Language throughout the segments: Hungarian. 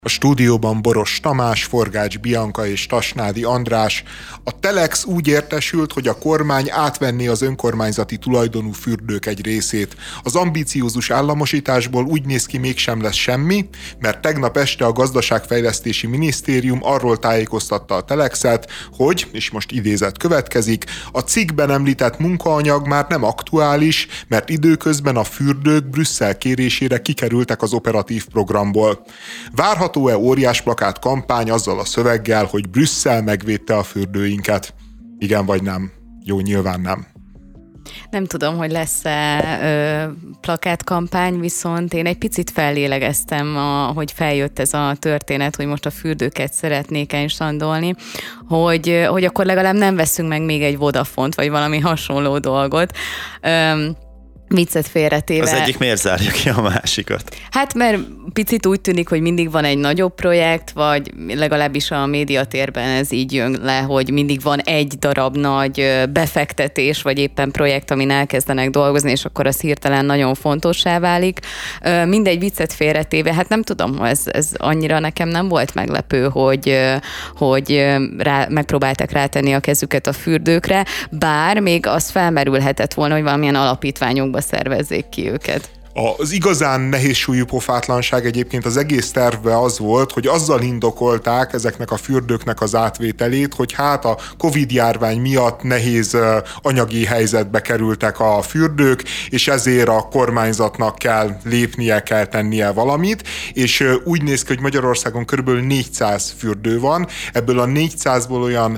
A stúdióban Boros Tamás, Forgács Bianka és Tasnádi András. A Telex úgy értesült, hogy a kormány átvenné az önkormányzati tulajdonú fürdők egy részét. Az ambiciózus államosításból úgy néz ki, mégsem lesz semmi, mert tegnap este a Gazdaságfejlesztési Minisztérium arról tájékoztatta a Telexet, hogy, és most idézet következik, a cikkben említett munkaanyag már nem aktuális, mert időközben a fürdők Brüsszel kérésére kikerültek az operatív programból. Várható-e óriás plakát kampány azzal a szöveggel, hogy Brüsszel megvédte a fürdőinket? Igen vagy nem? Jó, nyilván nem. Nem tudom, hogy lesz-e plakátkampány, viszont én egy picit fellélegeztem, hogy feljött ez a történet, hogy most a fürdőket szeretnék enstandolni, hogy akkor legalább nem veszünk meg még egy Vodafont, vagy valami hasonló dolgot. Viccet félretéve. Az egyik miért zárja ki a másikat? Hát mert picit úgy tűnik, hogy mindig van egy nagyobb projekt, vagy legalábbis a médiatérben ez így jön le, hogy mindig van egy darab nagy befektetés, vagy éppen projekt, amin elkezdenek dolgozni, és akkor az hirtelen nagyon fontossá válik. Mindegy, viccet félretéve, hát nem tudom, ez annyira nekem nem volt meglepő, hogy megpróbáltak rátenni a kezüket a fürdőkre, bár még az felmerülhetett volna, hogy valamilyen alapítványokba szervezzék ki őket. Az igazán nehézsúlyú pofátlanság egyébként az egész tervben az volt, hogy azzal indokolták ezeknek a fürdőknek az átvételét, hogy hát a Covid-járvány miatt nehéz anyagi helyzetbe kerültek a fürdők, és ezért a kormányzatnak kell lépnie, kell tennie valamit, és úgy néz ki, hogy Magyarországon körülbelül 400 fürdő van, ebből a 400-ból olyan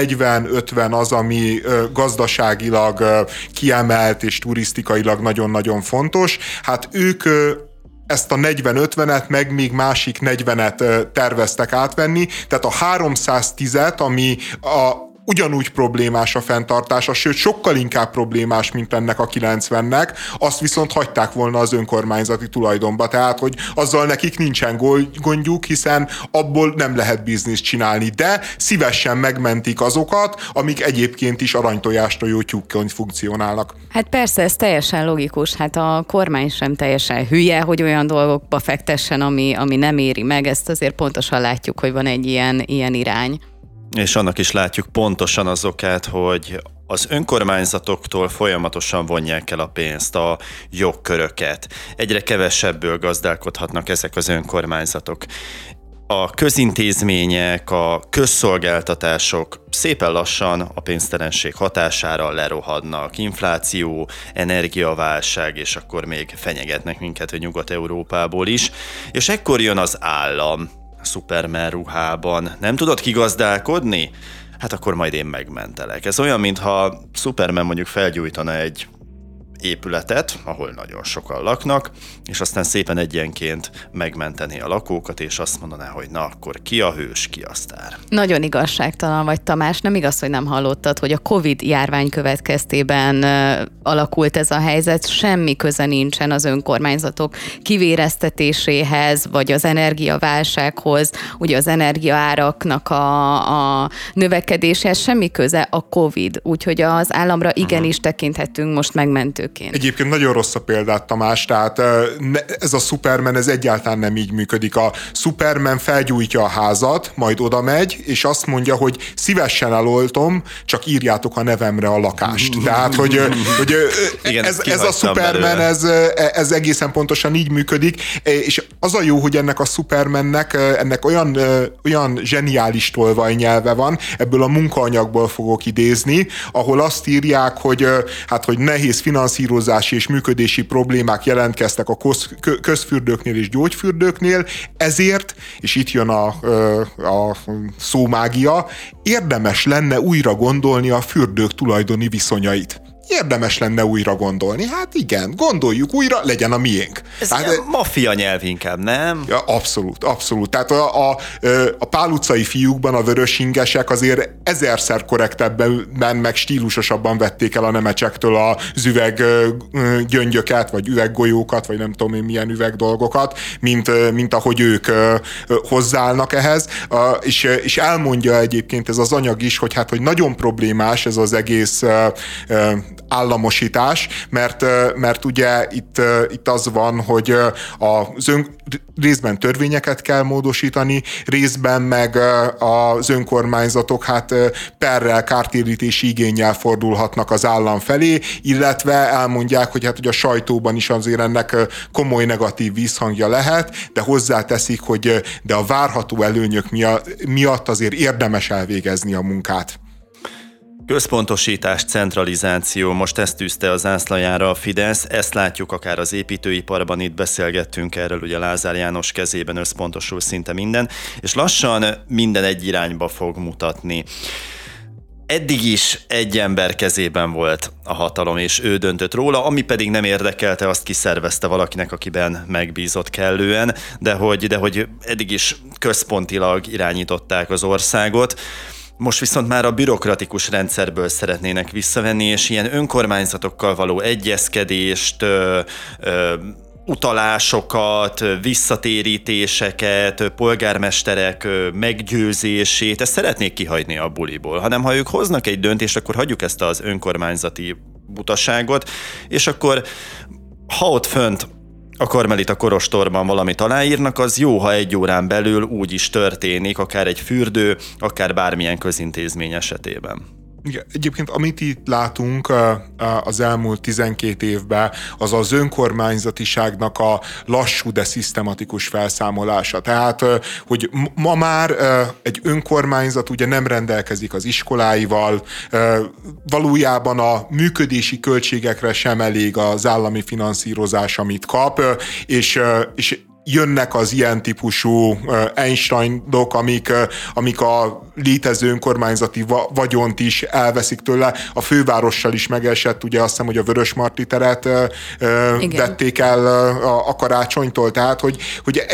40-50 az, ami gazdaságilag kiemelt és turisztikailag nagyon-nagyon fontos. Hát ők ezt a 40-50-et, meg még másik 40-et terveztek átvenni, tehát a 310-et, ami ugyanúgy problémás a fenntartása, sőt sokkal inkább problémás, mint ennek a 90-nek, azt viszont hagyták volna az önkormányzati tulajdonba, tehát hogy azzal nekik nincsen gondjuk, hiszen abból nem lehet bizniszt csinálni, de szívesen megmentik azokat, amik egyébként is aranytojástól tyúkként funkcionálnak. Hát persze, ez teljesen logikus, hát a kormány sem teljesen hülye, hogy olyan dolgokba fektessen, ami nem éri meg, ezt azért pontosan látjuk, hogy van egy ilyen irány. És annak is látjuk pontosan az okát, hogy az önkormányzatoktól folyamatosan vonják el a pénzt, a jogköröket. Egyre kevesebből gazdálkodhatnak ezek az önkormányzatok. A közintézmények, a közszolgáltatások szépen lassan a pénztelenség hatására lerohadnak. Infláció, energiaválság, és akkor még fenyegetnek minket a Nyugat-Európából is. És ekkor jön az állam. Superman ruhában. Nem tudod kigazdálkodni? Hát akkor majd én megmentelek. Ez olyan, mintha Superman mondjuk felgyújtana egy épületet, ahol nagyon sokan laknak, és aztán szépen egyenként megmenteni a lakókat, és azt mondaná, hogy na, akkor ki a hős, ki a sztár. Nagyon igazságtalan vagy, Tamás. Nem igaz, hogy nem hallottad, hogy a Covid-járvány következtében alakult ez a helyzet. Semmi köze nincsen az önkormányzatok kivéreztetéséhez, vagy az energiaválsághoz, ugye az energiaáraknak a növekedéshez, semmi köze a Covid. Úgyhogy az államra igenis tekinthetünk most megmentők. Egyébként nagyon rossz a példát, Tamás, tehát ez a Superman, ez egyáltalán nem így működik. A Superman felgyújtja a házat, majd oda megy, és azt mondja, hogy szívesen eloltom, csak írjátok a nevemre a lakást. Tehát, hogy igen, ez a Superman, ez egészen pontosan így működik, és az a jó, hogy ennek a Supermannek ennek olyan zseniális tolvajnyelve van, ebből a munkaanyagból fogok idézni, ahol azt írják, hogy nehéz finanszírozási és működési problémák jelentkeztek a közfürdőknél és gyógyfürdőknél, ezért, és itt jön a szómágia, érdemes lenne újra gondolni a fürdők tulajdoni viszonyait. Érdemes lenne újra gondolni. Hát igen, gondoljuk újra, legyen a miénk. Ez maffia nyelv inkább, nem? Ja, abszolút. Tehát a Pál utcai fiúkban a vörösingesek azért 1000-szer korrektebben, meg stílusosabban vették el a nemecsektől az üveggyöngyöket, vagy üveggolyókat, vagy nem tudom én milyen üvegdolgokat, mint ahogy ők hozzáállnak ehhez. És elmondja egyébként ez az anyag is, hogy nagyon problémás ez az egész államosítás, mert ugye itt az van, hogy részben törvényeket kell módosítani, részben meg az önkormányzatok perrel, kártérítési igénnyel fordulhatnak az állam felé, illetve elmondják, hogy hogy a sajtóban is azért ennek komoly negatív vízhangja lehet, de hozzáteszik, hogy de a várható előnyök miatt azért érdemes elvégezni a munkát. Központosítás, centralizáció, most ezt tűzte az zászlajára a Fidesz, ezt látjuk akár az építőiparban, itt beszélgettünk erről, ugye Lázár János kezében összpontosul szinte minden, és lassan minden egy irányba fog mutatni. Eddig is egy ember kezében volt a hatalom, és ő döntött róla, ami pedig nem érdekelte, azt kiszervezte valakinek, akiben megbízott kellően, de hogy eddig is központilag irányították az országot. Most viszont már a bürokratikus rendszerből szeretnének visszavenni, és ilyen önkormányzatokkal való egyezkedést, utalásokat, visszatérítéseket, polgármesterek meggyőzését, ezt szeretnék kihagyni a buliból, hanem ha ők hoznak egy döntést, akkor hagyjuk ezt az önkormányzati butaságot, és akkor ha ott fönt a Karmelita Kolostorban valamit aláírnak, az jó, ha 1 órán belül úgy is történik, akár egy fürdő, akár bármilyen közintézmény esetében. Igen, egyébként amit itt látunk az elmúlt 12 évben, az az önkormányzatiságnak a lassú, de szisztematikus felszámolása. Tehát, hogy ma már egy önkormányzat ugye nem rendelkezik az iskoláival, valójában a működési költségekre sem elég az állami finanszírozás, amit kap, és jönnek az ilyen típusú Einsteinok, amik a létező önkormányzati vagyont is elveszik tőle. A fővárossal is megesett, ugye azt hiszem, hogy a Vörösmarty teret vették el a Karácsonytól, tehát hogy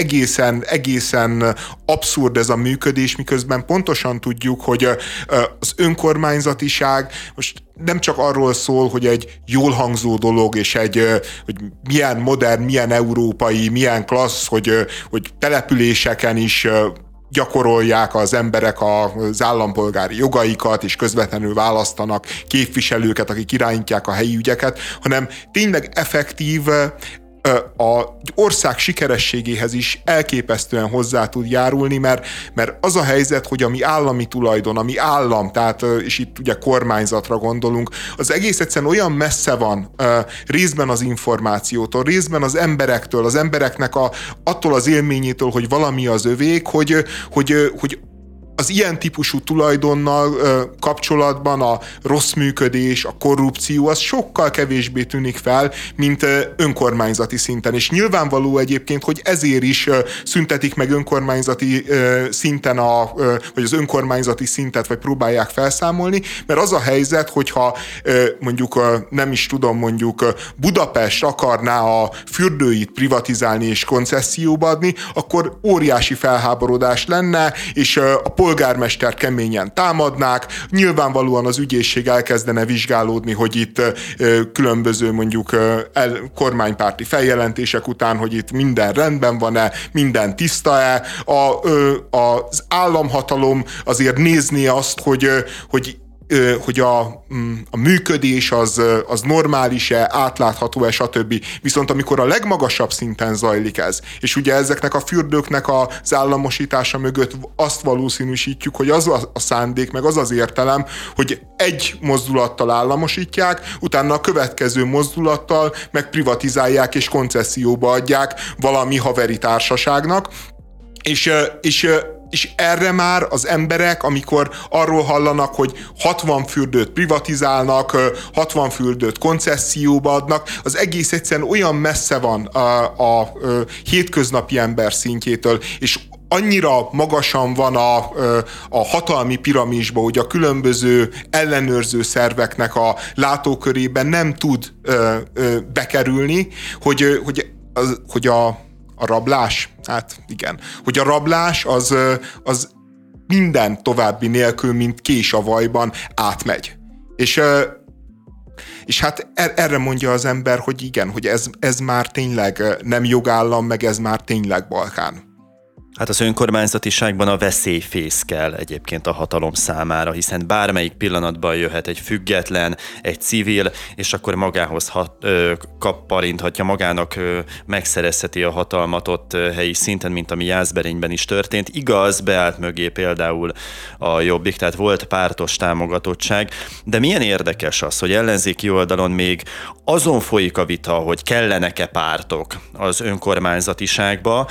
egészen abszurd ez a működés, miközben pontosan tudjuk, hogy az önkormányzatiság most nem csak arról szól, hogy egy jól hangzó dolog, és hogy milyen modern, milyen európai, milyen klassz, hogy településeken is gyakorolják az emberek az állampolgári jogaikat, és közvetlenül választanak képviselőket, akik irányítják a helyi ügyeket, hanem tényleg effektív, az ország sikerességéhez is elképesztően hozzá tud járulni, mert az a helyzet, hogy ami állami tulajdon, ami állam, tehát, és itt ugye kormányzatra gondolunk, az egész egyszerűen olyan messze van részben az információtól, részben az emberektől, az embereknek attól az élményétől, hogy valami az övék, hogy az ilyen típusú tulajdonnal kapcsolatban a rossz működés, a korrupció, az sokkal kevésbé tűnik fel, mint önkormányzati szinten. És nyilvánvaló egyébként, hogy ezért is szüntetik meg önkormányzati szinten vagy az önkormányzati szintet, vagy próbálják felszámolni, mert az a helyzet, hogyha mondjuk nem is tudom, mondjuk Budapest akarná a fürdőit privatizálni és koncesszióba adni, akkor óriási felháborodás lenne, és a polgármester keményen támadnák, nyilvánvalóan az ügyészség elkezdene vizsgálódni, hogy itt különböző mondjuk kormánypárti feljelentések után, hogy itt minden rendben van-e, minden tiszta-e, az államhatalom azért nézni azt, hogy a működés az normális-e, átlátható-e, stb. Viszont amikor a legmagasabb szinten zajlik ez, és ugye ezeknek a fürdőknek az államosítása mögött azt valószínűsítjük, hogy az a szándék, meg az az értelem, hogy egy mozdulattal államosítják, utána a következő mozdulattal meg privatizálják és koncesszióba adják valami haveri társaságnak, és erre már az emberek, amikor arról hallanak, hogy 60 fürdőt privatizálnak, 60 fürdőt koncesszióba adnak, az egész egyszerűen olyan messze van a hétköznapi ember szintjétől, és annyira magasan van a hatalmi piramisban, hogy a különböző ellenőrző szerveknek a látókörében nem tud bekerülni, hogy a rablás, hát igen, hogy a rablás az minden további nélkül, mint kés a vajban átmegy. És hát erre mondja az ember, hogy igen, hogy ez már tényleg nem jogállam, meg ez már tényleg Balkán. Hát az önkormányzatiságban a veszély fészkel egyébként a hatalom számára, hiszen bármelyik pillanatban jöhet egy független, egy civil, és akkor magához kapparinthatja, magának megszerezheti a hatalmat ott helyi szinten, mint ami Jászberényben is történt. Igaz, beállt mögé például a Jobbik, tehát volt pártos támogatottság, de milyen érdekes az, hogy ellenzéki oldalon még azon folyik a vita, hogy kellenek-e pártok az önkormányzatiságba,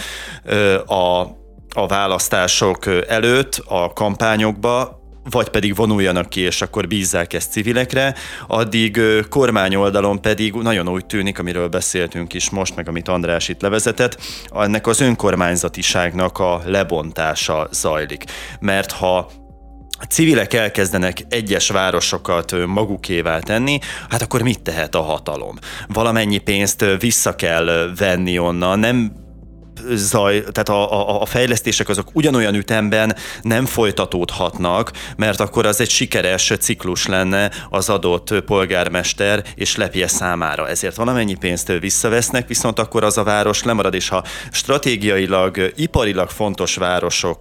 a választások előtt, a kampányokba, vagy pedig vonuljanak ki, és akkor bízzák ezt civilekre, addig kormány oldalon pedig nagyon úgy tűnik, amiről beszéltünk is most, meg amit András itt levezetett, ennek az önkormányzatiságnak a lebontása zajlik. Mert ha a civilek elkezdenek egyes városokat magukévá tenni, hát akkor mit tehet a hatalom? Valamennyi pénzt vissza kell venni onnan, nem tehát a fejlesztések azok ugyanolyan ütemben nem folytatódhatnak, mert akkor az egy sikeres ciklus lenne az adott polgármester és lepje számára. Ezért valamennyi pénzt visszavesznek, viszont akkor az a város lemarad, és ha stratégiailag, iparilag fontos városok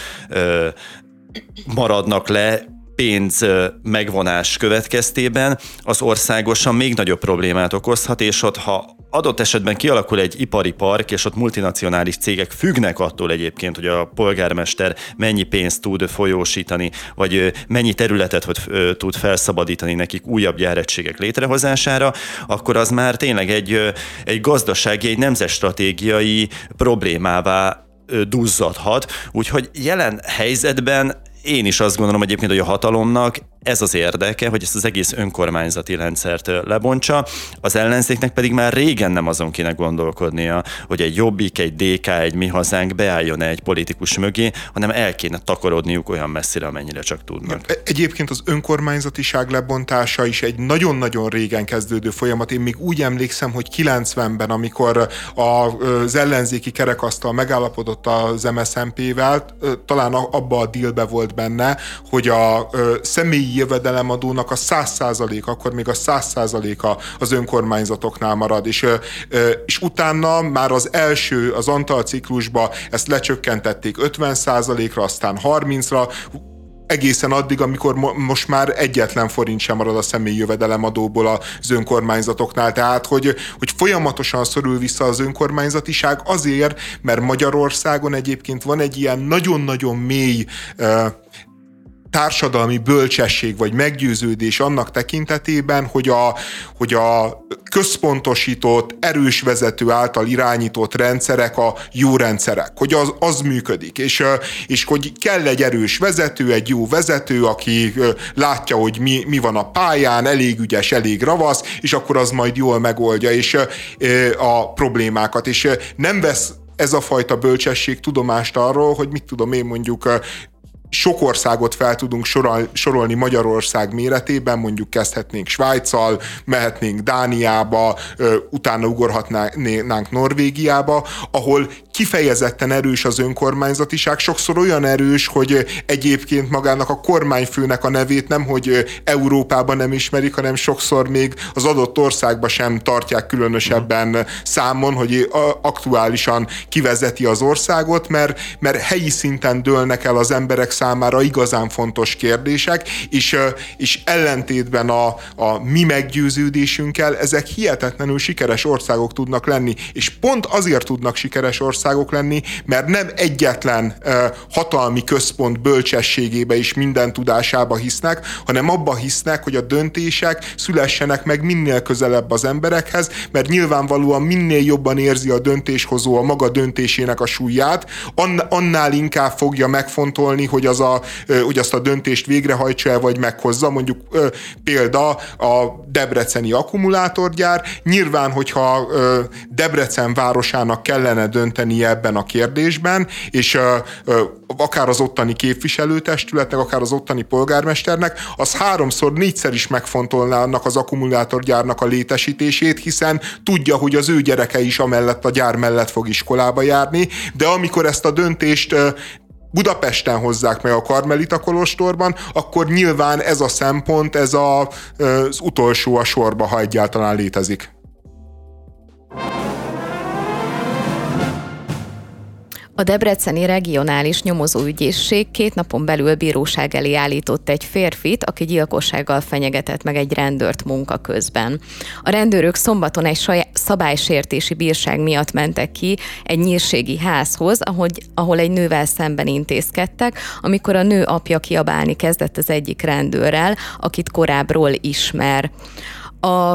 maradnak le pénz megvonás következtében, az országosan még nagyobb problémát okozhat, és ott, ha adott esetben kialakul egy ipari park, és ott multinacionális cégek függnek attól egyébként, hogy a polgármester mennyi pénzt tud folyósítani, vagy mennyi területet tud felszabadítani nekik újabb gyáregységek létrehozására, akkor az már tényleg egy gazdasági, egy nemzetstratégiai problémává duzzadhat. Úgyhogy jelen helyzetben én is azt gondolom egyébként, hogy a hatalomnak ez az érdeke, hogy ezt az egész önkormányzati rendszert lebontsa, az ellenzéknek pedig már régen nem azon kéne gondolkodnia, hogy egy Jobbik, egy DK, egy Mi Hazánk beálljon egy politikus mögé, hanem el kéne takarodniuk olyan messzire, amennyire csak tudnak. Egyébként az önkormányzatiság lebontása is egy nagyon-nagyon régen kezdődő folyamat. Én még úgy emlékszem, hogy 90-ben, amikor az ellenzéki kerekasztal megállapodott az MSZNP-vel, talán abba a dealbe volt benne, hogy a személyi jövedelemadónak a 100%, akkor még a 100%-a az önkormányzatoknál marad, és utána már az Antal ciklusban ezt lecsökkentették 50%-ra, aztán 30-ra, egészen addig, amikor most már egyetlen forint sem marad a személyi jövedelemadóból az önkormányzatoknál. Tehát, hogy folyamatosan szorul vissza az önkormányzatiság azért, mert Magyarországon egyébként van egy ilyen nagyon-nagyon mély társadalmi bölcsesség vagy meggyőződés annak tekintetében, hogy a központosított, erős vezető által irányított rendszerek a jó rendszerek, hogy az működik, és hogy kell egy erős vezető, egy jó vezető, aki látja, hogy mi van a pályán, elég ügyes, elég ravasz, és akkor az majd jól megoldja és a problémákat, és nem vesz ez a fajta bölcsesség tudomást arról, hogy mit tudom én, mondjuk sok országot fel tudunk sorolni Magyarország méretében, mondjuk kezdhetnénk Svájccal, mehetnénk Dániába, utána ugorhatnánk Norvégiába, ahol kifejezetten erős az önkormányzatiság, sokszor olyan erős, hogy egyébként magának a kormányfőnek a nevét nem, hogy Európában nem ismerik, hanem sokszor még az adott országban sem tartják különösebben számon, hogy aktuálisan kivezeti az országot, mert helyi szinten dőlnek el az emberek számára igazán fontos kérdések, és ellentétben a mi meggyőződésünkkel ezek hihetetlenül sikeres országok tudnak lenni, és pont azért tudnak sikeres országok lenni, mert nem egyetlen hatalmi központ bölcsességébe és minden tudásába hisznek, hanem abba hisznek, hogy a döntések szülessenek meg minél közelebb az emberekhez, mert nyilvánvalóan minél jobban érzi a döntéshozó a maga döntésének a súlyát, annál inkább fogja megfontolni, hogy azt a döntést végrehajtsa el, vagy meghozza. Mondjuk példa a debreceni akkumulátorgyár. Nyilván, hogyha Debrecen városának kellene döntenie ebben a kérdésben, és akár az ottani képviselőtestületnek, akár az ottani polgármesternek, az 3-szor, 4-szer is megfontolná annak az akkumulátorgyárnak a létesítését, hiszen tudja, hogy az ő gyereke is amellett a gyár mellett fog iskolába járni, de amikor ezt a döntést Budapesten hozzák meg a Karmelita kolostorban, akkor nyilván ez a szempont, ez az utolsó a sorba, ha egyáltalán létezik. A debreceni regionális nyomozóügyészség 2 napon belül bíróság elé állított egy férfit, aki gyilkossággal fenyegetett meg egy rendőrt munka közben. A rendőrök szombaton egy szabálysértési bírság miatt mentek ki egy nyírségi házhoz, ahol egy nővel szemben intézkedtek, amikor a nő apja kiabálni kezdett az egyik rendőrrel, akit korábbról ismer. A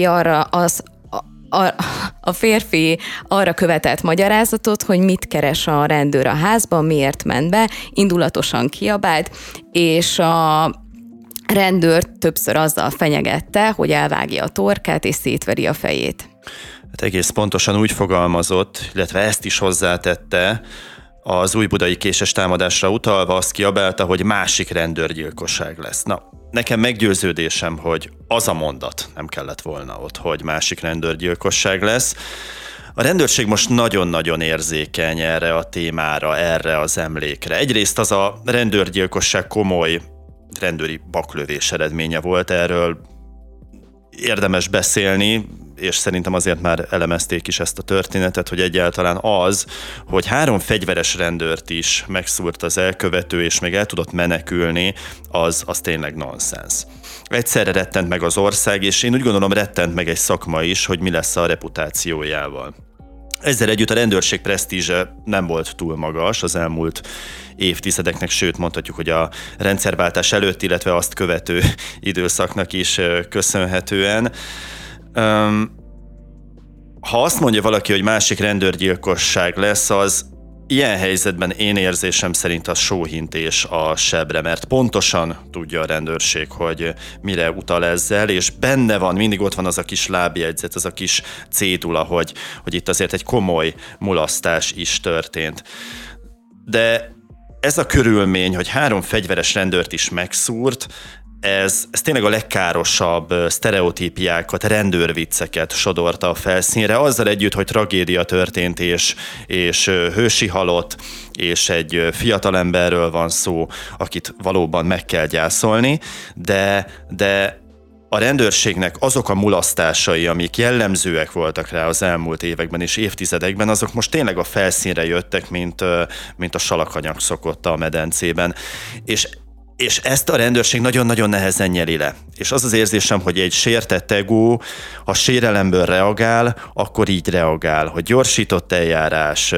férfi arra követelt magyarázatot, hogy mit keres a rendőr a házban, miért ment be, indulatosan kiabált, és a rendőr többször azzal fenyegette, hogy elvágja a torkát és szétveri a fejét. Hát egész pontosan úgy fogalmazott, illetve ezt is hozzátette, az újbudai késes támadásra utalva azt kiabálta, hogy másik rendőrgyilkosság lesz. Na, nekem meggyőződésem, hogy az a mondat nem kellett volna ott, hogy másik rendőrgyilkosság lesz. A rendőrség most nagyon-nagyon érzékeny erre a témára, erre az emlékre. Egyrészt az a rendőrgyilkosság komoly rendőri baklövés eredménye volt, erről érdemes beszélni, és szerintem azért már elemezték is ezt a történetet, hogy egyáltalán az, hogy 3 fegyveres rendőrt is megszúrt az elkövető, és még el tudott menekülni, az tényleg nonsens. Egyszerre rettent meg az ország, és én úgy gondolom rettent meg egy szakma is, hogy mi lesz a reputációjával. Ezzel együtt a rendőrség presztízse nem volt túl magas az elmúlt évtizedeknek, sőt mondhatjuk, hogy a rendszerváltás előtt, illetve azt követő időszaknak is köszönhetően. Ha azt mondja valaki, hogy másik rendőrgyilkosság lesz, az ilyen helyzetben én érzésem szerint az sóhintés a sebre, mert pontosan tudja a rendőrség, hogy mire utal ezzel, és benne van, mindig ott van az a kis lábjegyzet, az a kis cédula, hogy itt azért egy komoly mulasztás is történt. De ez a körülmény, hogy 3 fegyveres rendőrt is megszúrt, ez tényleg a legkárosabb sztereotípiákat, rendőrvicceket sodorta a felszínre, azzal együtt, hogy tragédia történt, és hősi halott, és egy fiatalemberről van szó, akit valóban meg kell gyászolni, de a rendőrségnek azok a mulasztásai, amik jellemzőek voltak rá az elmúlt években és évtizedekben, azok most tényleg a felszínre jöttek, mint a salakanyag szokott a medencében. És ezt a rendőrség nagyon-nagyon nehezen nyeli le. És az az érzésem, hogy egy sértett ego, ha sérelemből reagál, akkor így reagál, hogy gyorsított eljárás,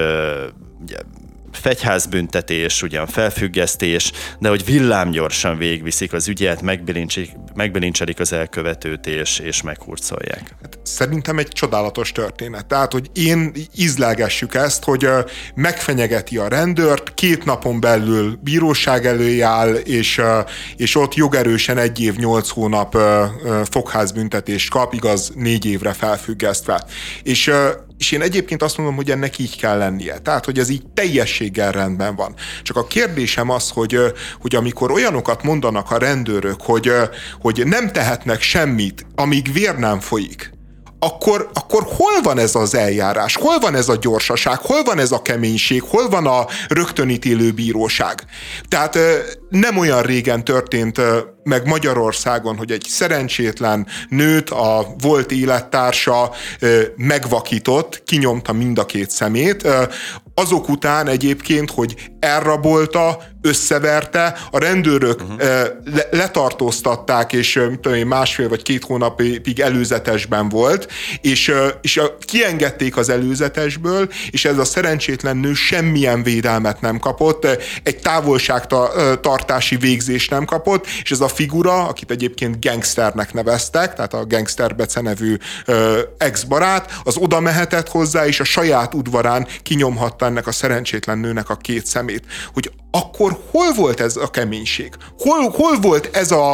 fegyházbüntetés, ugyan felfüggesztés, de hogy villámgyorsan végviszik az ügyet, megbilincselik az elkövetőt és meghurcolják. Szerintem egy csodálatos történet. Tehát, hogy ízlelgessük ezt, hogy megfenyegeti a rendőrt, 2 napon belül bíróság elé áll, és ott jogerősen 1 év 8 hónap fogházbüntetést kap, igaz 4 évre felfüggesztve. És én egyébként azt mondom, hogy ennek így kell lennie. Tehát, hogy ez így teljességgel rendben van. Csak a kérdésem az, hogy amikor olyanokat mondanak a rendőrök, hogy nem tehetnek semmit, amíg vér nem folyik, akkor hol van ez az eljárás? Hol van ez a gyorsaság? Hol van ez a keménység? Hol van a rögtönítélő bíróság? Tehát nem olyan régen történt meg Magyarországon, hogy egy szerencsétlen nőt a volt élettársa megvakított, kinyomta mind a 2 szemét, azok után egyébként, hogy elrabolta, összeverte, a rendőrök letartóztatták, és 1,5 vagy 2 hónapig előzetesben volt, és kiengedték az előzetesből, és ez a szerencsétlen nő semmilyen védelmet nem kapott, egy távolságtartási végzést nem kapott, és ez a figura, akit egyébként gangsternek neveztek, tehát a Gangster Bece nevű ex-barát, az oda mehetett hozzá, és a saját udvarán kinyomhatta ennek a szerencsétlen nőnek a 2 szemét. Hogy akkor hol volt ez a keménység? Hol volt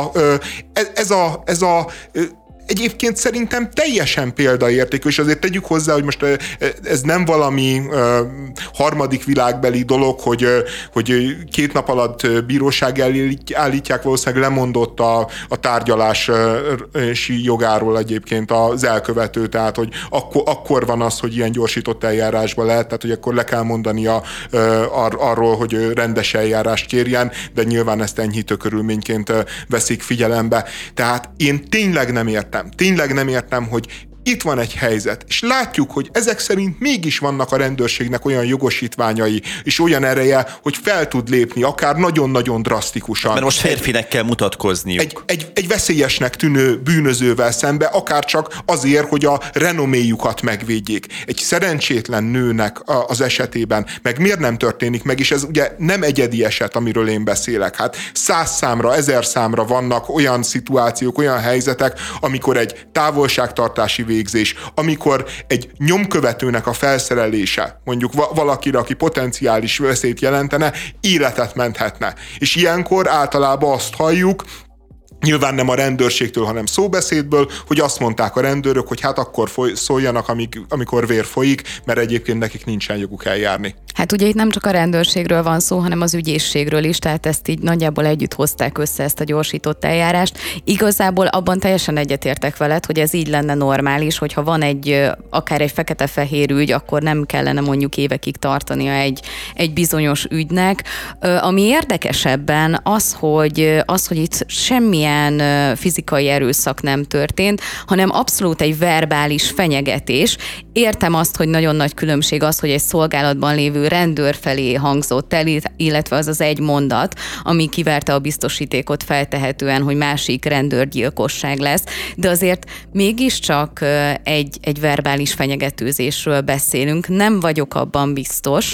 ez a egyébként szerintem teljesen példaértékű, és azért tegyük hozzá, hogy most ez nem valami harmadik világbeli dolog, hogy 2 nap alatt bíróság elé állítják, valószínűleg lemondott a tárgyalási jogáról egyébként az elkövető, tehát hogy akkor van az, hogy ilyen gyorsított eljárásba lehet, tehát hogy akkor le kell mondani arról, hogy rendes eljárást kérjen, de nyilván ezt enyhítő körülményként veszik figyelembe. Tehát én tényleg nem értem, hogy itt van egy helyzet, és látjuk, hogy ezek szerint mégis vannak a rendőrségnek olyan jogosítványai és olyan ereje, hogy fel tud lépni, akár nagyon-nagyon drasztikusan. Mert most férfinek kell mutatkozniuk. Egy veszélyesnek tűnő bűnözővel szembe, akár csak azért, hogy a renoméjukat megvédjék. Egy szerencsétlen nőnek az esetében, meg miért nem történik meg, és ez ugye nem egyedi eset, amiről én beszélek. Hát 100 számra, 1000 számra vannak olyan szituációk, olyan helyzetek, amikor egy távolságtartási végzés, amikor egy nyomkövetőnek a felszerelése, mondjuk valakire, aki potenciális veszélyt jelentene, életet menthetne. És ilyenkor általában azt halljuk, nyilván nem a rendőrségtől, hanem szóbeszédből, hogy azt mondták a rendőrök, hogy hát akkor szóljanak, amikor vér folyik, mert egyébként nekik nincsen joguk eljárni. Hát ugye itt nem csak a rendőrségről van szó, hanem az ügyészségről is, tehát ezt így nagyjából együtt hozták össze, ezt a gyorsított eljárást. Igazából abban teljesen egyetértek veled, hogy ez így lenne normális, hogyha van akár egy fekete-fehér ügy, akkor nem kellene mondjuk évekig tartania egy bizonyos ügynek. Ami érdekesebben az, hogy itt semmilyen fizikai erőszak nem történt, hanem abszolút egy verbális fenyegetés. Értem azt, hogy nagyon nagy különbség az, hogy egy szolgálatban lévő rendőr felé hangzott el, illetve az az egy mondat, ami kiverte a biztosítékot feltehetően, hogy másik rendőrgyilkosság lesz, de azért mégiscsak egy verbális fenyegetőzésről beszélünk. Nem vagyok abban biztos,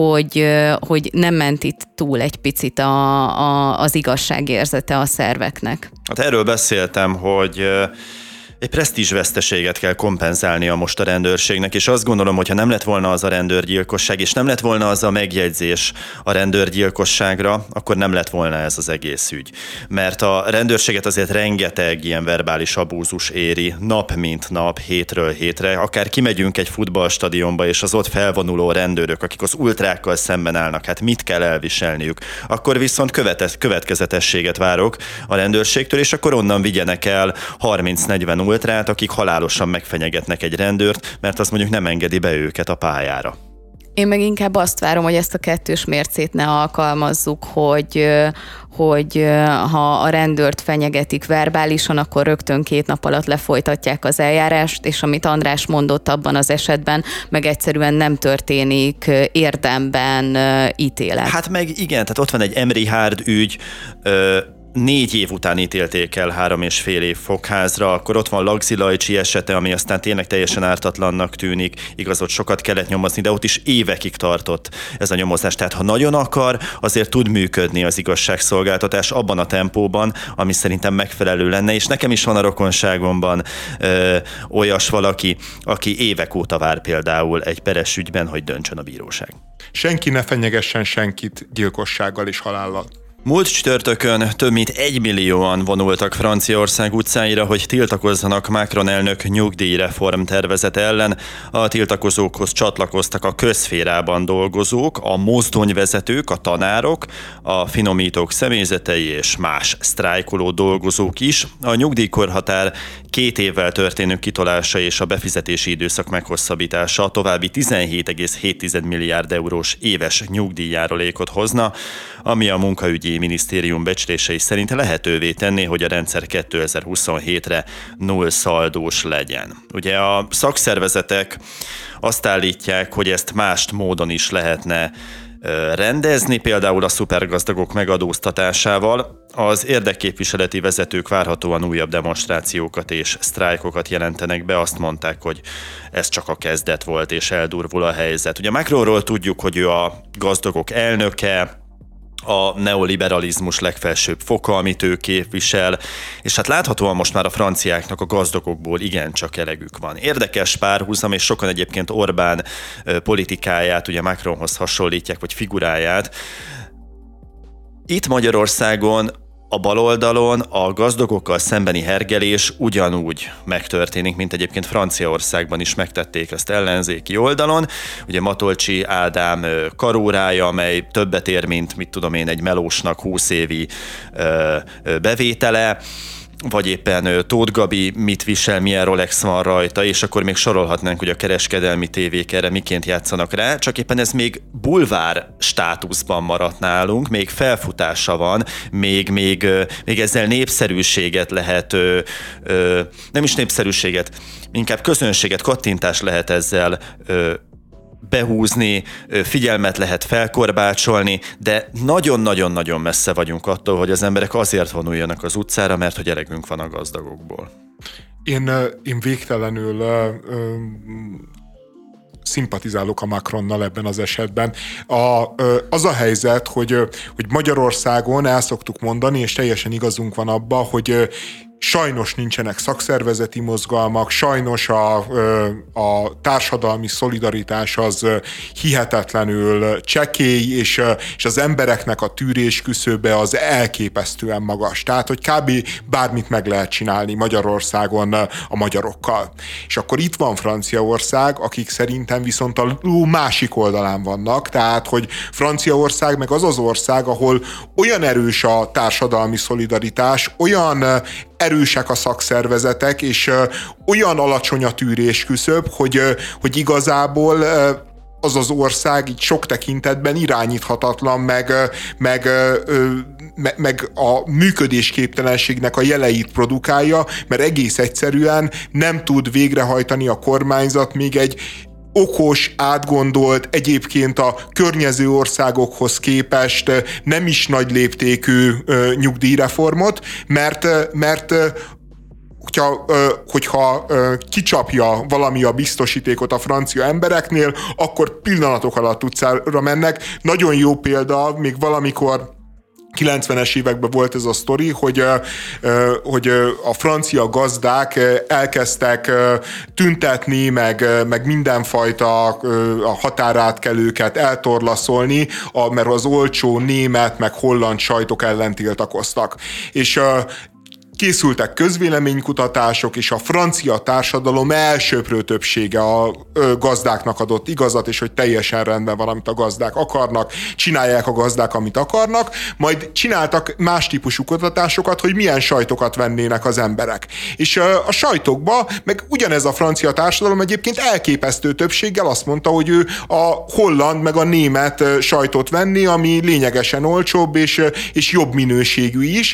hogy nem ment itt túl egy picit az igazságérzete a szerveknek. Hát erről beszéltem, hogy egy presztízsveszteséget kell kompenzálnia most a rendőrségnek, és azt gondolom, hogy ha nem lett volna az a rendőrgyilkosság, és nem lett volna az a megjegyzés a rendőrgyilkosságra, akkor nem lett volna ez az egész ügy. Mert a rendőrséget azért rengeteg ilyen verbális abúzus éri, nap mint nap, hétről hétre. Akár kimegyünk egy futballstadionba, és az ott felvonuló rendőrök, akik az ultrákkal szemben állnak, hát mit kell elviselniük? Akkor viszont következetességet várok a rendőrségtől, és akkor onnan vigyenek el 30-40 ultrát, akik halálosan megfenyegetnek egy rendőrt, mert az mondjuk nem engedi be őket a pályára. Én meg inkább azt várom, hogy ezt a kettős mércét ne alkalmazzuk, hogy ha a rendőrt fenyegetik verbálisan, akkor rögtön 2 nap alatt lefolytatják az eljárást, és amit András mondott abban az esetben, meg egyszerűen nem történik érdemben ítélet. Hát meg igen, tehát ott van egy Emery Hard ügy, 4 év után ítélték el 3,5 év fogházra, akkor ott van Lagzi Lajcsi esete, ami aztán tényleg teljesen ártatlannak tűnik, igaz, ott sokat kellett nyomozni, de ott is évekig tartott ez a nyomozás. Tehát ha nagyon akar, azért tud működni az igazságszolgáltatás abban a tempóban, ami szerintem megfelelő lenne, és nekem is van a rokonságomban olyas valaki, aki évek óta vár például egy peres ügyben, hogy döntsön a bíróság. Senki ne fenyegessen senkit gyilkossággal és halállal. Múlt csütörtökön több mint 1 millióan vonultak Franciaország utcáira, hogy tiltakozzanak Macron elnök nyugdíjreform tervezete ellen. A tiltakozókhoz csatlakoztak a közszférában dolgozók, a mozdonyvezetők, a tanárok, a finomítók személyzetei és más sztrájkoló dolgozók is. A nyugdíjkorhatár 2 évvel történő kitolása és a befizetési időszak meghosszabbítása a további 17,7 milliárd eurós éves nyugdíjjárulékot hozna, ami a munkaügyi minisztérium becslései szerint lehetővé tenné, hogy a rendszer 2027-re nullszaldós legyen. Ugye a szakszervezetek azt állítják, hogy ezt más módon is lehetne rendezni, például a szupergazdagok megadóztatásával. Az érdekképviseleti vezetők várhatóan újabb demonstrációkat és sztrájkokat jelentenek be, azt mondták, hogy ez csak a kezdet volt és eldurvul a helyzet. Ugye Macronról tudjuk, hogy ő a gazdagok elnöke, a neoliberalizmus legfelsőbb foka, amit ő képvisel, és hát láthatóan most már a franciáknak a gazdagokból igencsak elegük van. Érdekes párhuzam, és sokan egyébként Orbán politikáját ugye Macronhoz hasonlítják, vagy figuráját. Itt Magyarországon a baloldalon a gazdagokkal szembeni hergelés ugyanúgy megtörténik, mint egyébként Franciaországban is megtették ezt ellenzéki oldalon. Ugye Matolcsy Ádám karórája, amely többet ér, mint mit tudom én, egy melósnak 20 évi bevétele. vagy éppen Tóth Gabi mit visel, milyen Rolex van rajta, és akkor még sorolhatnánk, hogy a kereskedelmi tévék erre miként játszanak rá, csak éppen ez még bulvár státuszban maradt nálunk, még felfutása van, még ezzel népszerűséget lehet, nem is népszerűséget, inkább közönséget, kattintást lehet ezzel behúzni, figyelmet lehet felkorbácsolni, de nagyon-nagyon-nagyon messze vagyunk attól, hogy az emberek azért vonuljanak az utcára, mert hogy elegünk van a gazdagokból. Én végtelenül szimpatizálok a Macronnal ebben az esetben. Az a helyzet, hogy Magyarországon el szoktuk mondani, és teljesen igazunk van abba, hogy sajnos nincsenek szakszervezeti mozgalmak, sajnos a társadalmi szolidaritás az hihetetlenül csekély, és az embereknek a tűrés küszöbe az elképesztően magas. Tehát, hogy kb. Bármit meg lehet csinálni Magyarországon a magyarokkal. És akkor itt van Franciaország, akik szerintem viszont a ló másik oldalán vannak, tehát, hogy Franciaország meg az az ország, ahol olyan erős a társadalmi szolidaritás, olyan erősek a szakszervezetek, és olyan alacsony a tűrés küszöb, hogy igazából az az ország így sok tekintetben irányíthatatlan, meg a működésképtelenségnek a jeleit produkálja, mert egész egyszerűen nem tud végrehajtani a kormányzat még egy okos, átgondolt, egyébként a környező országokhoz képest nem is nagy léptékű nyugdíjreformot, mert hogyha kicsapja valami a biztosítékot a francia embereknél, akkor pillanatok alatt utcára mennek. Nagyon jó példa, még valamikor 90-es években volt ez a sztori, hogy a francia gazdák elkezdtek tüntetni, meg mindenfajta a határátkelőket eltorlaszolni, mert az olcsó német, meg holland sajtok ellen tiltakoztak. És készültek közvéleménykutatások, és a francia társadalom elsöprő többsége a gazdáknak adott igazat, és hogy teljesen rendben van, amit a gazdák akarnak, csinálják a gazdák, amit akarnak, majd csináltak más típusú kutatásokat, hogy milyen sajtokat vennének az emberek. És a sajtokba, meg ugyanez a francia társadalom egyébként elképesztő többséggel azt mondta, hogy ő a holland, meg a német sajtot venni, ami lényegesen olcsóbb, és jobb minőségű is,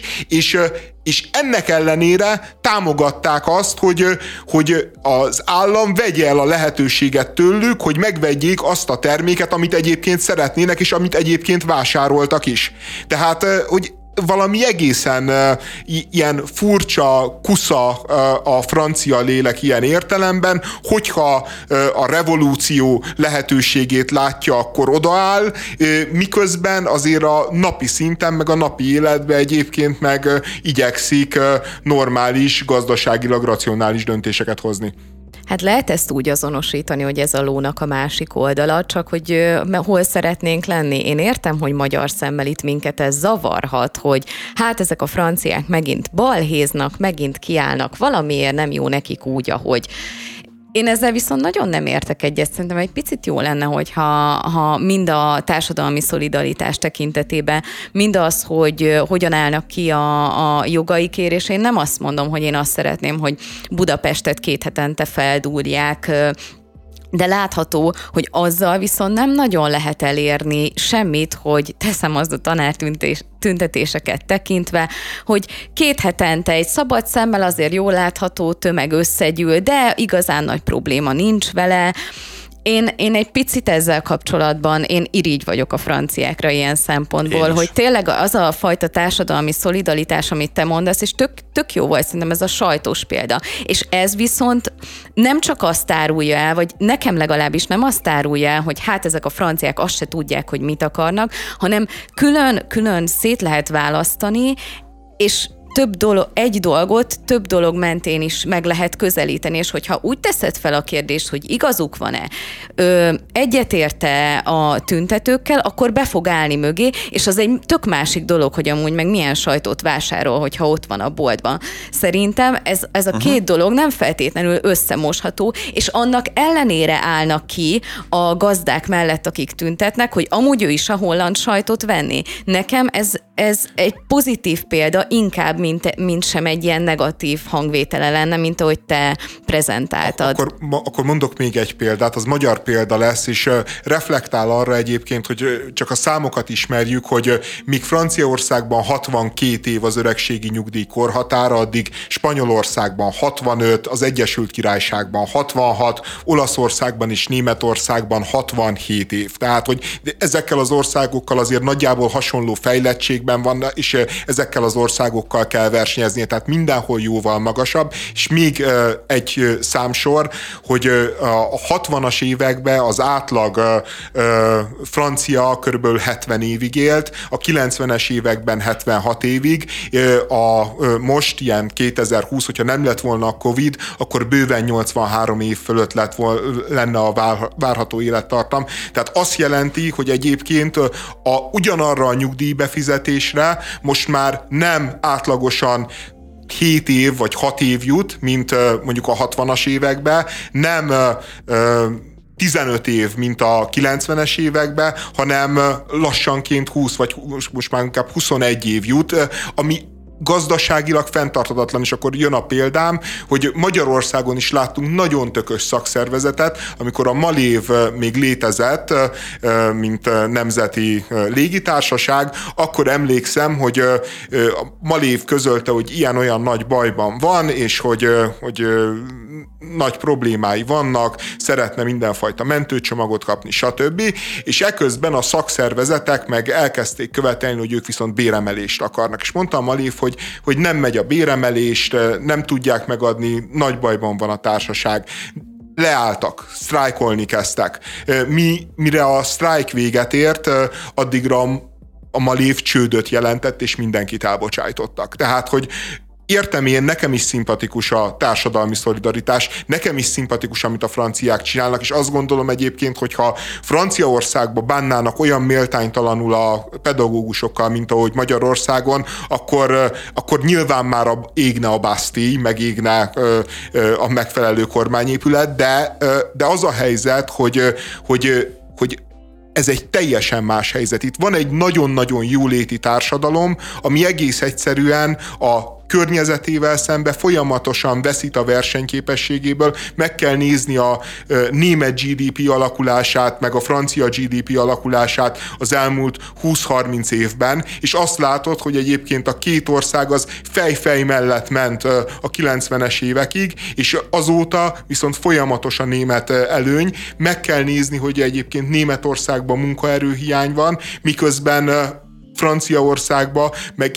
és ennek ellenére támogatták azt, hogy az állam vegye el a lehetőséget tőlük, hogy megvegyék azt a terméket, amit egyébként szeretnének, és amit egyébként vásároltak is. Tehát, hogy valami egészen ilyen furcsa kusza a francia lélek ilyen értelemben, hogyha a revolúció lehetőségét látja, akkor odaáll, miközben azért a napi szinten, meg a napi életben egyébként meg igyekszik normális, gazdaságilag racionális döntéseket hozni. Hát lehet ezt úgy azonosítani, hogy ez a lónak a másik oldala, csak hogy hol szeretnénk lenni. Én értem, hogy magyar szemmel itt minket ez zavarhat, hogy hát ezek a franciák megint balhéznak, megint kiállnak, valamiért nem jó nekik úgy, ahogy. Én ezzel viszont nagyon nem értek egyet. Szerintem egy picit jó lenne, hogyha mind a társadalmi szolidaritás tekintetében, mind az, hogy hogyan állnak ki a jogaikért, és én nem azt mondom, hogy én azt szeretném, hogy Budapestet 2 hetente feldúrják, de látható, hogy azzal viszont nem nagyon lehet elérni semmit, hogy teszem azt a tanártüntetéseket tekintve, hogy 2 hetente egy szabad szemmel azért jól látható tömeg összegyűl, de igazán nagy probléma nincs vele. Én egy picit ezzel kapcsolatban, én irigy vagyok a franciákra ilyen szempontból, hogy tényleg az a fajta társadalmi szolidaritás, amit te mondasz, és tök jó volt szerintem ez a sajtos példa. És ez viszont nem csak azt árulja el, vagy nekem legalábbis nem azt árulja el, hogy hát ezek a franciák azt se tudják, hogy mit akarnak, hanem külön szét lehet választani, és egy dolgot több dolog mentén is meg lehet közelíteni, és hogyha úgy teszed fel a kérdést, hogy igazuk van-e, egyetérte a tüntetőkkel, akkor be fog állni mögé, és az egy tök másik dolog, hogy amúgy meg milyen sajtót vásárol, hogyha ott van a boltban. Szerintem ez a 2 dolog nem feltétlenül összemosható, és annak ellenére állnak ki a gazdák mellett, akik tüntetnek, hogy amúgy ő is a holland sajtot venni. Nekem ez egy pozitív példa inkább, mint sem egy ilyen negatív hangvétele lenne, mint ahogy te prezentáltad. Akkor mondok még egy példát, az magyar példa lesz, és reflektál arra egyébként, hogy csak a számokat ismerjük, hogy míg Franciaországban 62 év az öregségi nyugdíj korhatára, addig Spanyolországban 65, az Egyesült Királyságban 66, Olaszországban és Németországban 67 év. Tehát, hogy ezekkel az országokkal azért nagyjából hasonló fejlettségben van, és ezekkel az országokkal kell versenyezni, tehát mindenhol jóval magasabb, és még egy számsor, hogy a 60-as években az átlag francia körülbelül 70 évig élt, a 90-es években 76 évig, most ilyen 2020, hogyha nem lett volna a Covid, akkor bőven 83 év fölött lenne a várható élettartam. Tehát azt jelenti, hogy egyébként ugyanarra a nyugdíjbefizetésre most már nem átlagosan 7 év vagy 6 év jut, mint mondjuk a 60-as években, nem 15 év, mint a 90-es években, hanem lassanként 20 vagy most már inkább 21 év jut, ami gazdaságilag fenntarthatatlan, és akkor jön a példám, hogy Magyarországon is láttunk nagyon tökös szakszervezetet, amikor a Malév még létezett, mint nemzeti légitársaság, akkor emlékszem, hogy a Malév közölte, hogy ilyen-olyan nagy bajban van, és hogy nagy problémái vannak, szeretne mindenfajta mentőcsomagot kapni, stb. És eközben a szakszervezetek meg elkezdték követelni, hogy ők viszont béremelést akarnak. És mondta a Malév, hogy nem megy a béremelést, nem tudják megadni, nagy bajban van a társaság. Leálltak, sztrájkolni kezdtek. Mire a sztrájk véget ért, addigra a Malév csődöt jelentett, és mindenkit elbocsájtottak. Tehát, hogy értem én, nekem is szimpatikus a társadalmi szolidaritás, nekem is szimpatikus, amit a franciák csinálnak, és azt gondolom egyébként, hogyha Franciaországba bánnának olyan méltánytalanul a pedagógusokkal, mint ahogy Magyarországon, akkor nyilván már égne a Bastille, meg égne a megfelelő kormányépület, de az a helyzet, hogy ez egy teljesen más helyzet. Itt van egy nagyon-nagyon jóléti társadalom, ami egész egyszerűen a környezetével szembe folyamatosan veszít a versenyképességéből, meg kell nézni a német GDP alakulását, meg a francia GDP alakulását az elmúlt 20-30 évben, és azt látod, hogy egyébként a két ország az fej-fej mellett ment a 90-es évekig, és azóta viszont folyamatos a német előny. Meg kell nézni, hogy egyébként Németországban munkaerőhiány van, miközben Franciaországban meg